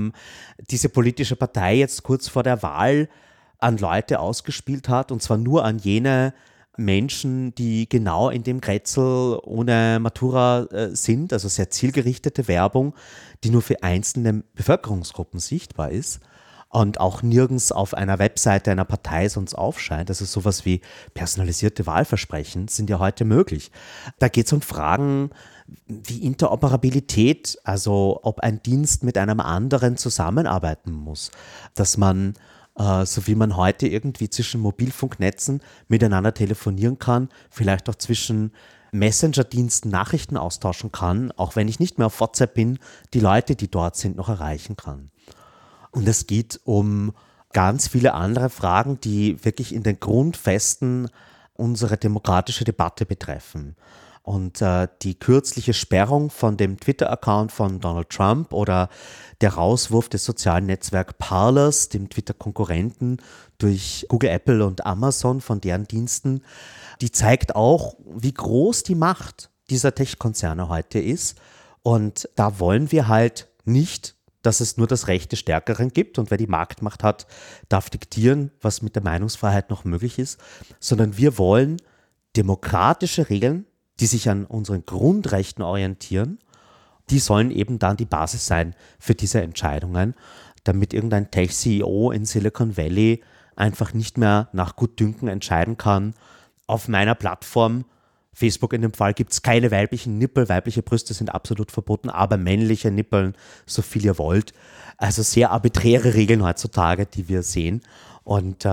diese politische Partei jetzt kurz vor der Wahl an Leute ausgespielt hat, und zwar nur an jene Menschen, die genau in dem Grätzl ohne Matura sind, also sehr zielgerichtete Werbung, die nur für einzelne Bevölkerungsgruppen sichtbar ist und auch nirgends auf einer Webseite einer Partei sonst aufscheint. Also sowas wie personalisierte Wahlversprechen sind ja heute möglich. Da geht es um Fragen wie Interoperabilität, also ob ein Dienst mit einem anderen zusammenarbeiten muss, dass man so wie man heute irgendwie zwischen Mobilfunknetzen miteinander telefonieren kann, vielleicht auch zwischen Messenger-Diensten Nachrichten austauschen kann, auch wenn ich nicht mehr auf WhatsApp bin, die Leute, die dort sind, noch erreichen kann. Und es geht um ganz viele andere Fragen, die wirklich in den Grundfesten unsere demokratische Debatte betreffen. Und die kürzliche Sperrung von dem Twitter-Account von Donald Trump oder der Rauswurf des sozialen Netzwerks Parlers, dem Twitter-Konkurrenten, durch Google, Apple und Amazon von deren Diensten, die zeigt auch, wie groß die Macht dieser Tech-Konzerne heute ist. Und da wollen wir halt nicht, dass es nur das Recht des Stärkeren gibt und wer die Marktmacht hat, darf diktieren, was mit der Meinungsfreiheit noch möglich ist, sondern wir wollen demokratische Regeln, die sich an unseren Grundrechten orientieren, die sollen eben dann die Basis sein für diese Entscheidungen, damit irgendein Tech-CEO in Silicon Valley einfach nicht mehr nach Gutdünken entscheiden kann, auf meiner Plattform, Facebook in dem Fall, gibt es keine weiblichen Nippel, weibliche Brüste sind absolut verboten, aber männliche Nippeln, so viel ihr wollt. Also sehr arbiträre Regeln heutzutage, die wir sehen. Und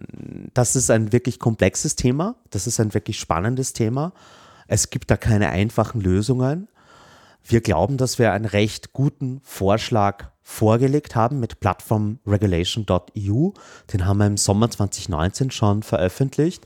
das ist ein wirklich komplexes Thema, das ist ein wirklich spannendes Thema. Es gibt da keine einfachen Lösungen. Wir glauben, dass wir einen recht guten Vorschlag vorgelegt haben mit platformregulation.eu. Den haben wir im Sommer 2019 schon veröffentlicht.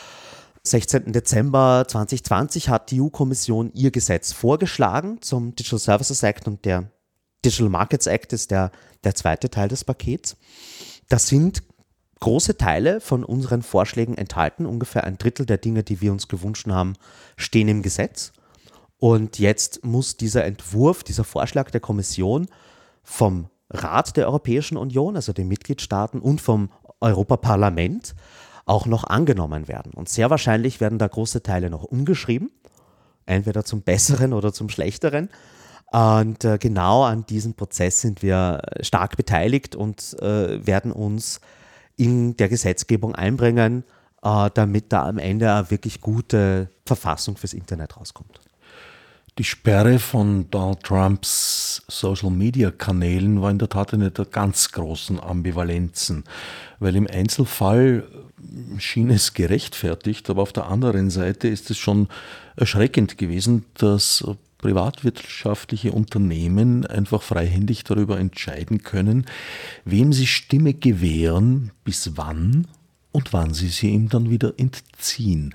16. Dezember 2020 hat die EU-Kommission ihr Gesetz vorgeschlagen zum Digital Services Act, und der Digital Markets Act ist der zweite Teil des Pakets. Das sind große Teile von unseren Vorschlägen enthalten. Ungefähr ein Drittel der Dinge, die wir uns gewünscht haben, stehen im Gesetz. Und jetzt muss dieser Entwurf, dieser Vorschlag der Kommission vom Rat der Europäischen Union, also den Mitgliedstaaten, und vom Europaparlament auch noch angenommen werden. Und sehr wahrscheinlich werden da große Teile noch umgeschrieben, entweder zum Besseren oder zum Schlechteren. Und genau an diesem Prozess sind wir stark beteiligt und werden uns in der Gesetzgebung einbringen, damit da am Ende eine wirklich gute Verfassung fürs Internet rauskommt. Die Sperre von Donald Trumps Social-Media-Kanälen war in der Tat eine der ganz großen Ambivalenzen, weil im Einzelfall schien es gerechtfertigt, aber auf der anderen Seite ist es schon erschreckend gewesen, dass privatwirtschaftliche Unternehmen einfach freihändig darüber entscheiden können, wem sie Stimme gewähren, bis wann und wann sie ihm dann wieder entziehen.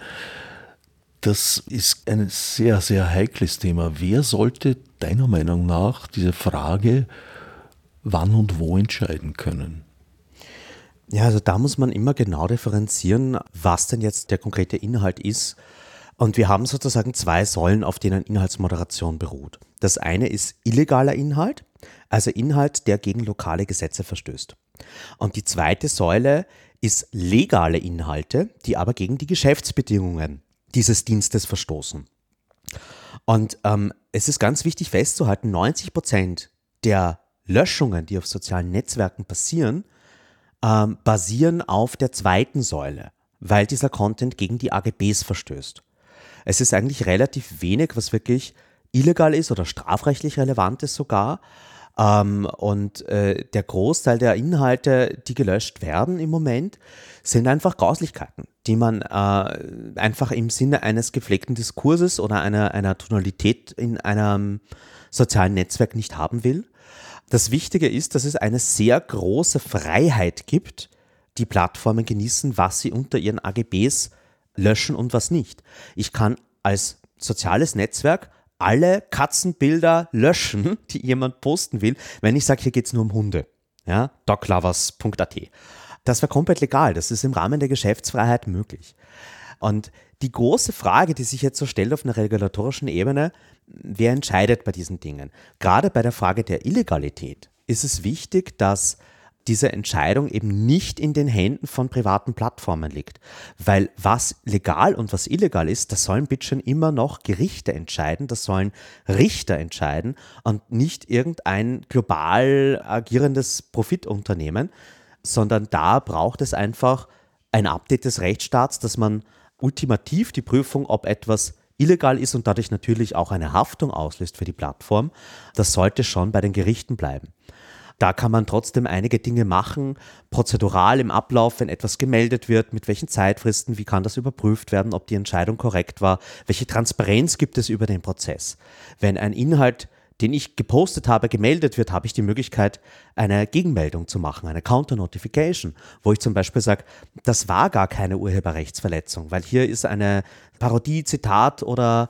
Das ist ein sehr, sehr heikles Thema. Wer sollte deiner Meinung nach diese Frage wann und wo entscheiden können? Ja, also da muss man immer genau differenzieren, was denn jetzt der konkrete Inhalt ist. Und wir haben sozusagen zwei Säulen, auf denen Inhaltsmoderation beruht. Das eine ist illegaler Inhalt, also Inhalt, der gegen lokale Gesetze verstößt. Und die zweite Säule ist legale Inhalte, die aber gegen die Geschäftsbedingungen dieses Dienstes verstoßen. Und es ist ganz wichtig festzuhalten, 90% der Löschungen, die auf sozialen Netzwerken passieren, basieren auf der zweiten Säule, weil dieser Content gegen die AGBs verstößt. Es ist eigentlich relativ wenig, was wirklich illegal ist oder strafrechtlich relevant ist sogar. Und der Großteil der Inhalte, die gelöscht werden im Moment, sind einfach Grauslichkeiten, die man einfach im Sinne eines gepflegten Diskurses oder einer Tonalität in einem sozialen Netzwerk nicht haben will. Das Wichtige ist, dass es eine sehr große Freiheit gibt, die Plattformen genießen, was sie unter ihren AGBs löschen und was nicht. Ich kann als soziales Netzwerk alle Katzenbilder löschen, die jemand posten will, wenn ich sage, hier geht es nur um Hunde. Ja, doglovers.at. Das wäre komplett legal. Das ist im Rahmen der Geschäftsfreiheit möglich. Und die große Frage, die sich jetzt so stellt auf einer regulatorischen Ebene, wer entscheidet bei diesen Dingen? Gerade bei der Frage der Illegalität ist es wichtig, dass diese Entscheidung eben nicht in den Händen von privaten Plattformen liegt. Weil was legal und was illegal ist, das sollen bitte schon immer noch Gerichte entscheiden, das sollen Richter entscheiden und nicht irgendein global agierendes Profitunternehmen, sondern da braucht es einfach ein Update des Rechtsstaats, dass man ultimativ die Prüfung, ob etwas illegal ist und dadurch natürlich auch eine Haftung auslöst für die Plattform, das sollte schon bei den Gerichten bleiben. Da kann man trotzdem einige Dinge machen, prozedural im Ablauf, wenn etwas gemeldet wird, mit welchen Zeitfristen, wie kann das überprüft werden, ob die Entscheidung korrekt war, welche Transparenz gibt es über den Prozess. Wenn ein Inhalt, den ich gepostet habe, gemeldet wird, habe ich die Möglichkeit, eine Gegenmeldung zu machen, eine Counter-Notification, wo ich zum Beispiel sage, das war gar keine Urheberrechtsverletzung, weil hier ist eine Parodie, Zitat oder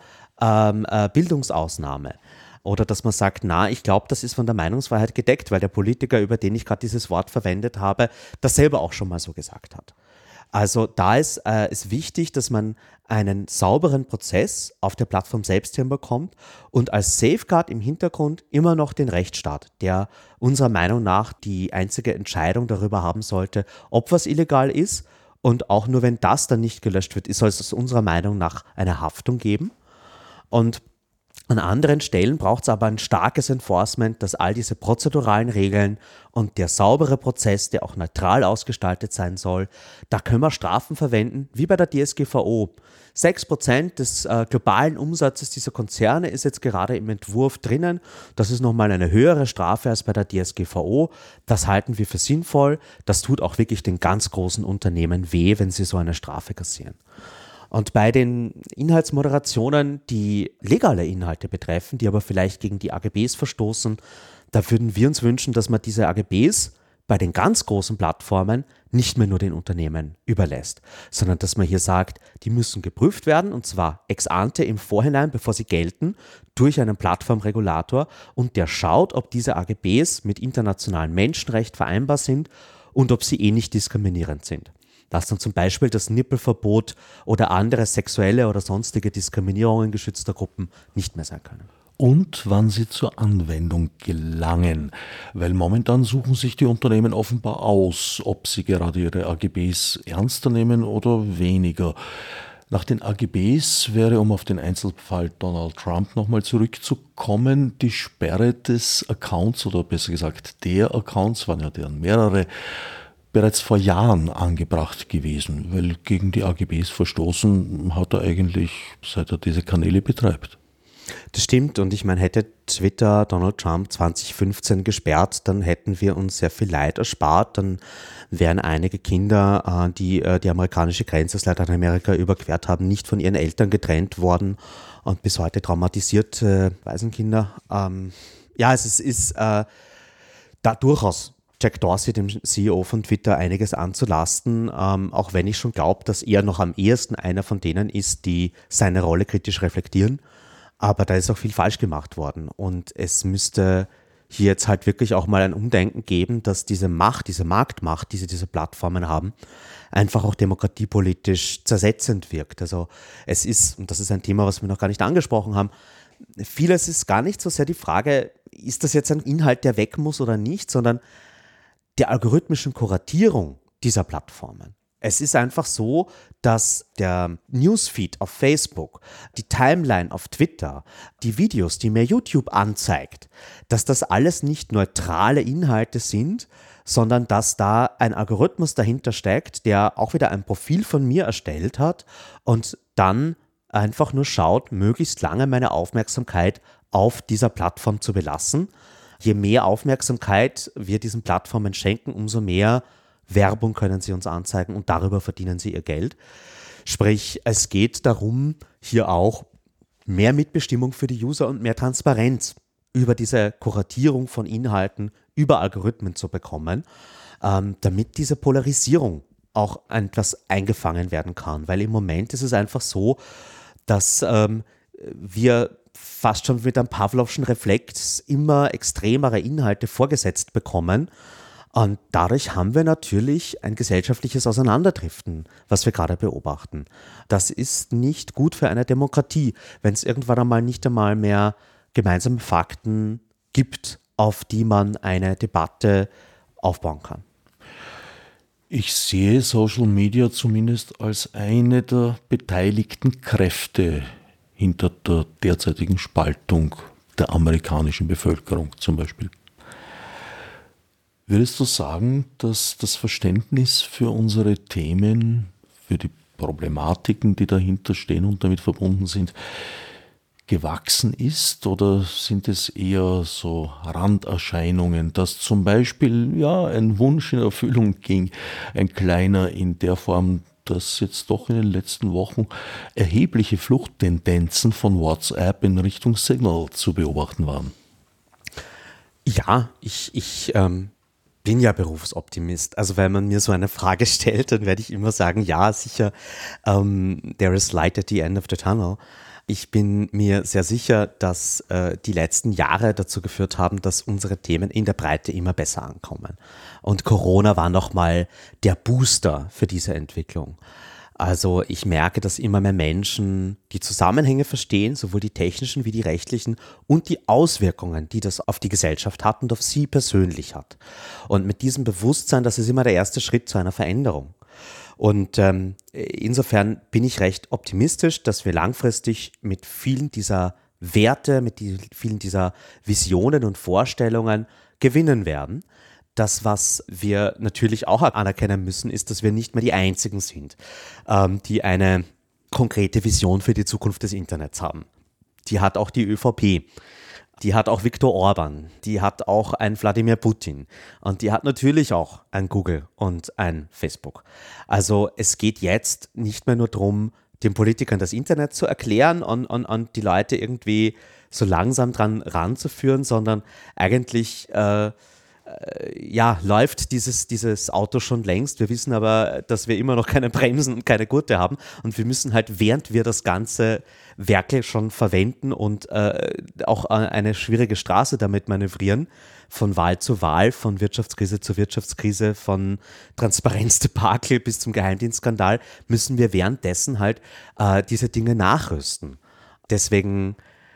Bildungsausnahme. Oder dass man sagt, na, ich glaube, das ist von der Meinungsfreiheit gedeckt, weil der Politiker, über den ich gerade dieses Wort verwendet habe, das selber auch schon mal so gesagt hat. Also da ist es wichtig, dass man einen sauberen Prozess auf der Plattform selbst hinbekommt und als Safeguard im Hintergrund immer noch den Rechtsstaat, der unserer Meinung nach die einzige Entscheidung darüber haben sollte, ob was illegal ist, und auch nur wenn das dann nicht gelöscht wird, soll es unserer Meinung nach eine Haftung geben. Und an anderen Stellen braucht es aber ein starkes Enforcement, dass all diese prozeduralen Regeln und der saubere Prozess, der auch neutral ausgestaltet sein soll, da können wir Strafen verwenden, wie bei der DSGVO. 6% des globalen Umsatzes dieser Konzerne ist jetzt gerade im Entwurf drinnen. Das ist nochmal eine höhere Strafe als bei der DSGVO. Das halten wir für sinnvoll. Das tut auch wirklich den ganz großen Unternehmen weh, wenn sie so eine Strafe kassieren. Und bei den Inhaltsmoderationen, die legale Inhalte betreffen, die aber vielleicht gegen die AGBs verstoßen, da würden wir uns wünschen, dass man diese AGBs bei den ganz großen Plattformen nicht mehr nur den Unternehmen überlässt, sondern dass man hier sagt, die müssen geprüft werden, und zwar ex ante im Vorhinein, bevor sie gelten, durch einen Plattformregulator, und der schaut, ob diese AGBs mit internationalem Menschenrecht vereinbar sind und ob sie nicht diskriminierend sind. Dass dann zum Beispiel das Nippelverbot oder andere sexuelle oder sonstige Diskriminierungen geschützter Gruppen nicht mehr sein können. Und wann sie zur Anwendung gelangen, weil momentan suchen sich die Unternehmen offenbar aus, ob sie gerade ihre AGBs ernster nehmen oder weniger. Nach den AGBs wäre, um auf den Einzelfall Donald Trump nochmal zurückzukommen, die Sperre des Accounts, oder besser gesagt der Accounts, waren ja deren mehrere, bereits vor Jahren angebracht gewesen, weil gegen die AGBs verstoßen hat er eigentlich, seit er diese Kanäle betreibt. Das stimmt, und ich meine, hätte Twitter Donald Trump 2015 gesperrt, dann hätten wir uns sehr viel Leid erspart, dann wären einige Kinder, die die amerikanische Grenze aus Lateinamerika überquert haben, nicht von ihren Eltern getrennt worden und bis heute traumatisiert Waisenkinder. Es ist da durchaus Jack Dorsey, dem CEO von Twitter, einiges anzulasten, auch wenn ich schon glaube, dass er noch am ehesten einer von denen ist, die seine Rolle kritisch reflektieren. Aber da ist auch viel falsch gemacht worden, und es müsste hier jetzt halt wirklich auch mal ein Umdenken geben, dass diese Macht, diese Marktmacht, die diese Plattformen haben, einfach auch demokratiepolitisch zersetzend wirkt. Also es ist, und das ist ein Thema, was wir noch gar nicht angesprochen haben, vieles ist gar nicht so sehr die Frage, ist das jetzt ein Inhalt, der weg muss oder nicht, sondern der algorithmischen Kuratierung dieser Plattformen. Es ist einfach so, dass der Newsfeed auf Facebook, die Timeline auf Twitter, die Videos, die mir YouTube anzeigt, dass das alles nicht neutrale Inhalte sind, sondern dass da ein Algorithmus dahinter steckt, der auch wieder ein Profil von mir erstellt hat und dann einfach nur schaut, möglichst lange meine Aufmerksamkeit auf dieser Plattform zu belassen. Je mehr Aufmerksamkeit wir diesen Plattformen schenken, umso mehr Werbung können sie uns anzeigen, und darüber verdienen sie ihr Geld. Sprich, es geht darum, hier auch mehr Mitbestimmung für die User und mehr Transparenz über diese Kuratierung von Inhalten über Algorithmen zu bekommen, damit diese Polarisierung auch etwas eingefangen werden kann. Weil im Moment ist es einfach so, dass wir fast schon mit einem Pavlovschen Reflex immer extremere Inhalte vorgesetzt bekommen. Und dadurch haben wir natürlich ein gesellschaftliches Auseinanderdriften, was wir gerade beobachten. Das ist nicht gut für eine Demokratie, wenn es irgendwann einmal nicht einmal mehr gemeinsame Fakten gibt, auf die man eine Debatte aufbauen kann. Ich sehe Social Media zumindest als eine der beteiligten Kräfte hinter der derzeitigen Spaltung der amerikanischen Bevölkerung zum Beispiel. Würdest du sagen, dass das Verständnis für unsere Themen, für die Problematiken, die dahinter stehen und damit verbunden sind, gewachsen ist, oder sind es eher so Randerscheinungen, dass zum Beispiel ein Wunsch in Erfüllung ging, ein kleiner in der Form, dass jetzt doch in den letzten Wochen erhebliche Fluchttendenzen von WhatsApp in Richtung Signal zu beobachten waren? Ja, ich bin ja Berufsoptimist. Also wenn man mir so eine Frage stellt, dann werde ich immer sagen, ja, sicher, there is light at the end of the tunnel. Ich bin mir sehr sicher, dass die letzten Jahre dazu geführt haben, dass unsere Themen in der Breite immer besser ankommen. Und Corona war nochmal der Booster für diese Entwicklung. Also ich merke, dass immer mehr Menschen die Zusammenhänge verstehen, sowohl die technischen wie die rechtlichen, und die Auswirkungen, die das auf die Gesellschaft hat und auf sie persönlich hat. Und mit diesem Bewusstsein, das ist immer der erste Schritt zu einer Veränderung. Und insofern bin ich recht optimistisch, dass wir langfristig mit vielen dieser Werte, vielen dieser Visionen und Vorstellungen gewinnen werden. Das, was wir natürlich auch anerkennen müssen, ist, dass wir nicht mehr die Einzigen sind, die eine konkrete Vision für die Zukunft des Internets haben. Die hat auch die ÖVP, die hat auch Viktor Orban, die hat auch ein Wladimir Putin und die hat natürlich auch ein Google und ein Facebook. Also es geht jetzt nicht mehr nur darum, den Politikern das Internet zu erklären und die Leute irgendwie so langsam dran ranzuführen, sondern eigentlich läuft dieses Auto schon längst. Wir wissen aber, dass wir immer noch keine Bremsen und keine Gurte haben. Und wir müssen halt, während wir das ganze Werkel schon verwenden und auch eine schwierige Straße damit manövrieren, von Wahl zu Wahl, von Wirtschaftskrise zu Wirtschaftskrise, von Transparenzdebakel bis zum Geheimdienstskandal, müssen wir währenddessen halt diese Dinge nachrüsten. Deswegen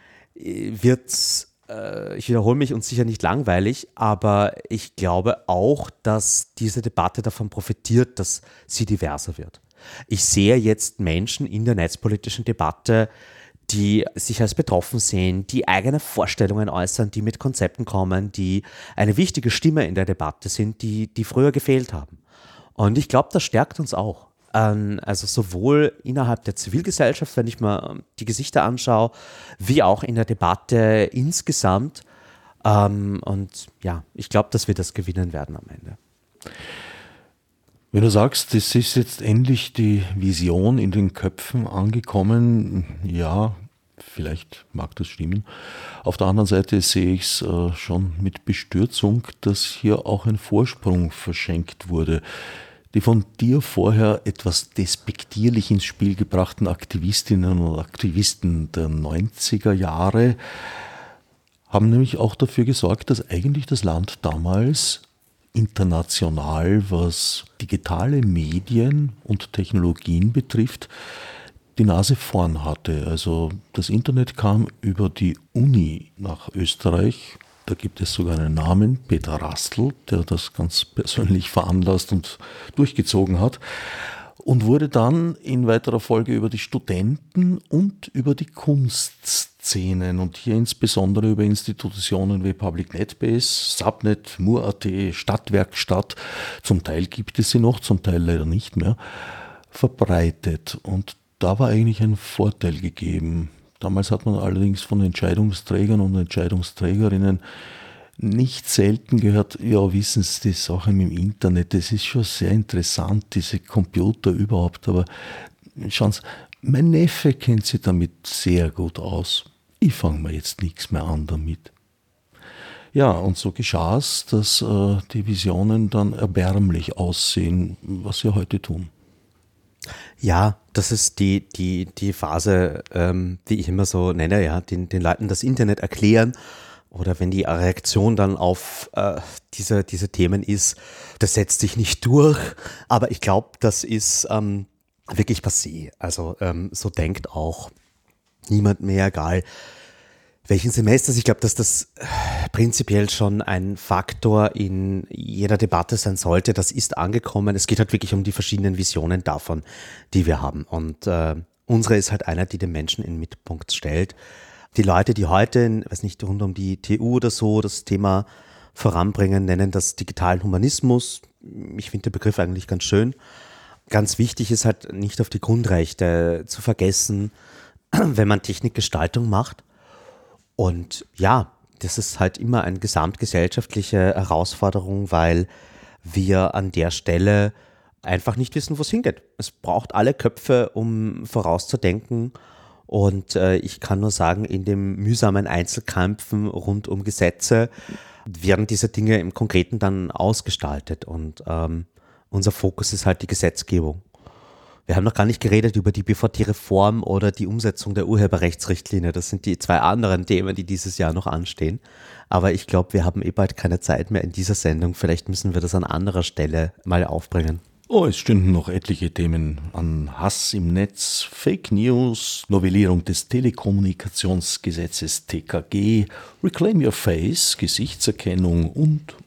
wird's ich wiederhole mich, uns sicher nicht langweilig, aber ich glaube auch, dass diese Debatte davon profitiert, dass sie diverser wird. Ich sehe jetzt Menschen in der netzpolitischen Debatte, die sich als betroffen sehen, die eigene Vorstellungen äußern, die mit Konzepten kommen, die eine wichtige Stimme in der Debatte sind, die früher gefehlt haben. Und ich glaube, das stärkt uns auch. Also sowohl innerhalb der Zivilgesellschaft, wenn ich mir die Gesichter anschaue, wie auch in der Debatte insgesamt. Und ja, ich glaube, dass wir das gewinnen werden am Ende. Wenn du sagst, es ist jetzt endlich die Vision in den Köpfen angekommen, ja, vielleicht mag das stimmen. Auf der anderen Seite sehe ich es schon mit Bestürzung, dass hier auch ein Vorsprung verschenkt wurde. Die von dir vorher etwas despektierlich ins Spiel gebrachten Aktivistinnen und Aktivisten der 90er Jahre haben nämlich auch dafür gesorgt, dass eigentlich das Land damals international, was digitale Medien und Technologien betrifft, die Nase vorn hatte. Also das Internet kam über die Uni nach Österreich. Da gibt es sogar einen Namen, Peter Rastl, der das ganz persönlich veranlasst und durchgezogen hat, und wurde dann in weiterer Folge über die Studenten und über die Kunstszenen und hier insbesondere über Institutionen wie Public NetBase, Subnet, Mur.at, Stadtwerkstatt, zum Teil gibt es sie noch, zum Teil leider nicht mehr, verbreitet. Und da war eigentlich ein Vorteil gegeben. Damals hat man allerdings von Entscheidungsträgern und Entscheidungsträgerinnen nicht selten gehört, ja, wissen Sie, die Sache mit dem Internet, das ist schon sehr interessant, diese Computer überhaupt, aber schauen Sie, mein Neffe kennt sich damit sehr gut aus. Ich fange mir jetzt nichts mehr an damit. Ja, und so geschah es, dass die Visionen dann erbärmlich aussehen, was sie heute tun. Ja, das ist die Phase, die ich immer so nenne, ja, den Leuten das Internet erklären. Oder wenn die Reaktion dann auf diese Themen ist, das setzt sich nicht durch. Aber ich glaube, das ist wirklich passé. Also so denkt auch niemand mehr, egal welchen Semesters. Ich glaube, dass das prinzipiell schon ein Faktor in jeder Debatte sein sollte. Das ist angekommen. Es geht halt wirklich um die verschiedenen Visionen davon, die wir haben. Und unsere ist halt einer, die den Menschen in den Mittelpunkt stellt. Die Leute, die heute, weiß nicht, rund um die TU oder so das Thema voranbringen, nennen das digitalen Humanismus. Ich finde den Begriff eigentlich ganz schön. Ganz wichtig ist halt nicht auf die Grundrechte zu vergessen, wenn man Technikgestaltung macht. Und ja, das ist halt immer eine gesamtgesellschaftliche Herausforderung, weil wir an der Stelle einfach nicht wissen, wo es hingeht. Es braucht alle Köpfe, um vorauszudenken. Und ich kann nur sagen, in den mühsamen Einzelkämpfen rund um Gesetze werden diese Dinge im Konkreten dann ausgestaltet. Und unser Fokus ist halt die Gesetzgebung. Wir haben noch gar nicht geredet über die BVT-Reform oder die Umsetzung der Urheberrechtsrichtlinie. Das sind die zwei anderen Themen, die dieses Jahr noch anstehen. Aber ich glaube, wir haben bald keine Zeit mehr in dieser Sendung. Vielleicht müssen wir das an anderer Stelle mal aufbringen. Oh, es stünden noch etliche Themen an: Hass im Netz, Fake News, Novellierung des Telekommunikationsgesetzes TKG, Reclaim Your Face, Gesichtserkennung und.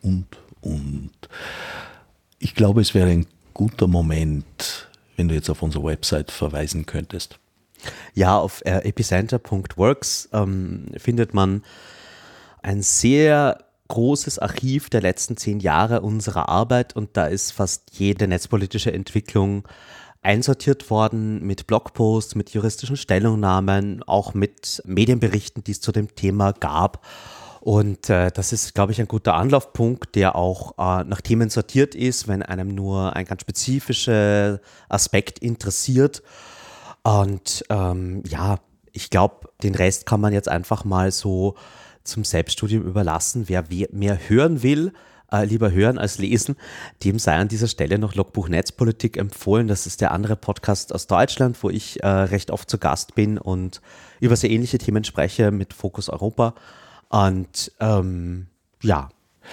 Ich glaube, es wäre ein guter Moment, wenn du jetzt auf unsere Website verweisen könntest. Ja, auf epicenter.works findet man ein sehr großes Archiv der letzten 10 Jahre unserer Arbeit, und da ist fast jede netzpolitische Entwicklung einsortiert worden mit Blogposts, mit juristischen Stellungnahmen, auch mit Medienberichten, die es zu dem Thema gab. Und das ist, glaube ich, ein guter Anlaufpunkt, der auch nach Themen sortiert ist, wenn einem nur ein ganz spezifischer Aspekt interessiert. Und ja, ich glaube, den Rest kann man jetzt einfach mal so zum Selbststudium überlassen. Wer mehr hören will, lieber hören als lesen, dem sei an dieser Stelle noch Logbuch Netzpolitik empfohlen. Das ist der andere Podcast aus Deutschland, wo ich recht oft zu Gast bin und über sehr ähnliche Themen spreche mit Fokus Europa. Und ja.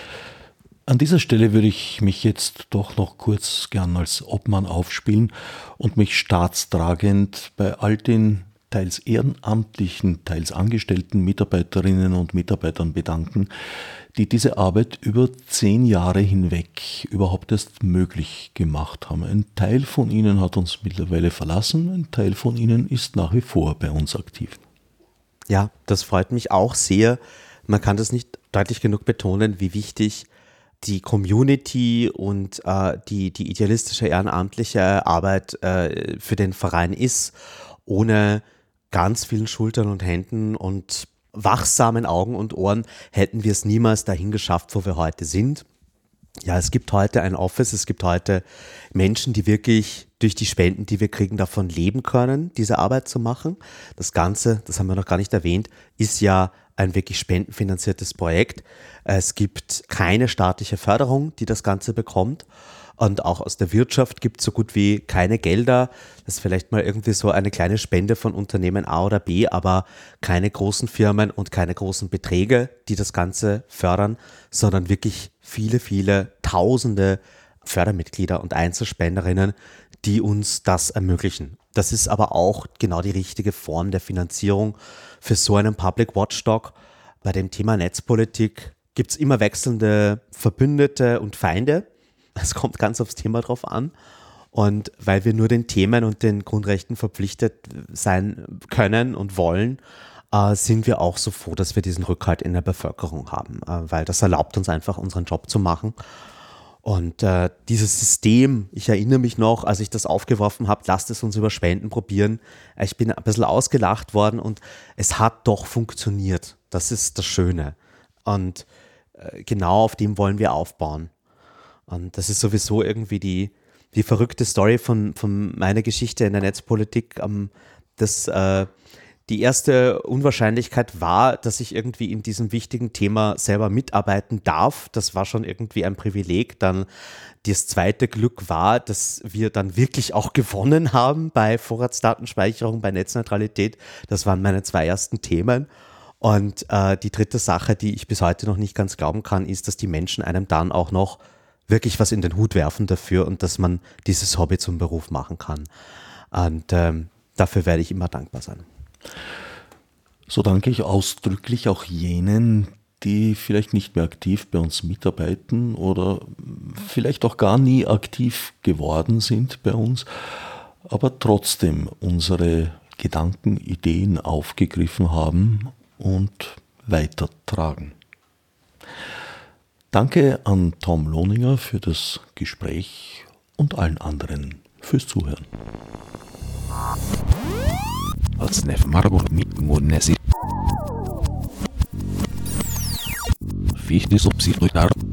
An dieser Stelle würde ich mich jetzt doch noch kurz gern als Obmann aufspielen und mich staatstragend bei all den teils ehrenamtlichen, teils angestellten Mitarbeiterinnen und Mitarbeitern bedanken, die diese Arbeit über 10 Jahre hinweg überhaupt erst möglich gemacht haben. Ein Teil von ihnen hat uns mittlerweile verlassen, ein Teil von ihnen ist nach wie vor bei uns aktiv. Ja, das freut mich auch sehr. Man kann das nicht deutlich genug betonen, wie wichtig die Community und die idealistische ehrenamtliche Arbeit für den Verein ist. Ohne ganz vielen Schultern und Händen und wachsamen Augen und Ohren hätten wir es niemals dahin geschafft, wo wir heute sind. Ja, es gibt heute ein Office, es gibt heute Menschen, die wirklich durch die Spenden, die wir kriegen, davon leben können, diese Arbeit zu machen. Das Ganze, das haben wir noch gar nicht erwähnt, ist ja ein wirklich spendenfinanziertes Projekt. Es gibt keine staatliche Förderung, die das Ganze bekommt. Und auch aus der Wirtschaft gibt es so gut wie keine Gelder. Das ist vielleicht mal irgendwie so eine kleine Spende von Unternehmen A oder B, aber keine großen Firmen und keine großen Beträge, die das Ganze fördern, sondern wirklich viele, viele Tausende Fördermitglieder und Einzelspenderinnen, die uns das ermöglichen. Das ist aber auch genau die richtige Form der Finanzierung für so einen Public Watchdog. Bei dem Thema Netzpolitik gibt es immer wechselnde Verbündete und Feinde. Es kommt ganz aufs Thema drauf an. Und weil wir nur den Themen und den Grundrechten verpflichtet sein können und wollen, sind wir auch so froh, dass wir diesen Rückhalt in der Bevölkerung haben, weil das erlaubt uns einfach, unseren Job zu machen. Und dieses System, ich erinnere mich noch, als ich das aufgeworfen habe, lasst es uns über Spenden probieren. Ich bin ein bisschen ausgelacht worden und es hat doch funktioniert. Das ist das Schöne. Und genau auf dem wollen wir aufbauen. Und das ist sowieso irgendwie die verrückte Story von meiner Geschichte in der Netzpolitik, dass Die erste Unwahrscheinlichkeit war, dass ich irgendwie in diesem wichtigen Thema selber mitarbeiten darf. Das war schon irgendwie ein Privileg. Dann das zweite Glück war, dass wir dann wirklich auch gewonnen haben bei Vorratsdatenspeicherung, bei Netzneutralität. Das waren meine 2 ersten Themen. Und die dritte Sache, die ich bis heute noch nicht ganz glauben kann, ist, dass die Menschen einem dann auch noch wirklich was in den Hut werfen dafür und dass man dieses Hobby zum Beruf machen kann. Und dafür werde ich immer dankbar sein. So danke ich ausdrücklich auch jenen, die vielleicht nicht mehr aktiv bei uns mitarbeiten oder vielleicht auch gar nie aktiv geworden sind bei uns, aber trotzdem unsere Gedanken, Ideen aufgegriffen haben und weitertragen. Danke an Tom Lohninger für das Gespräch und allen anderen fürs Zuhören. Fichte subsidiar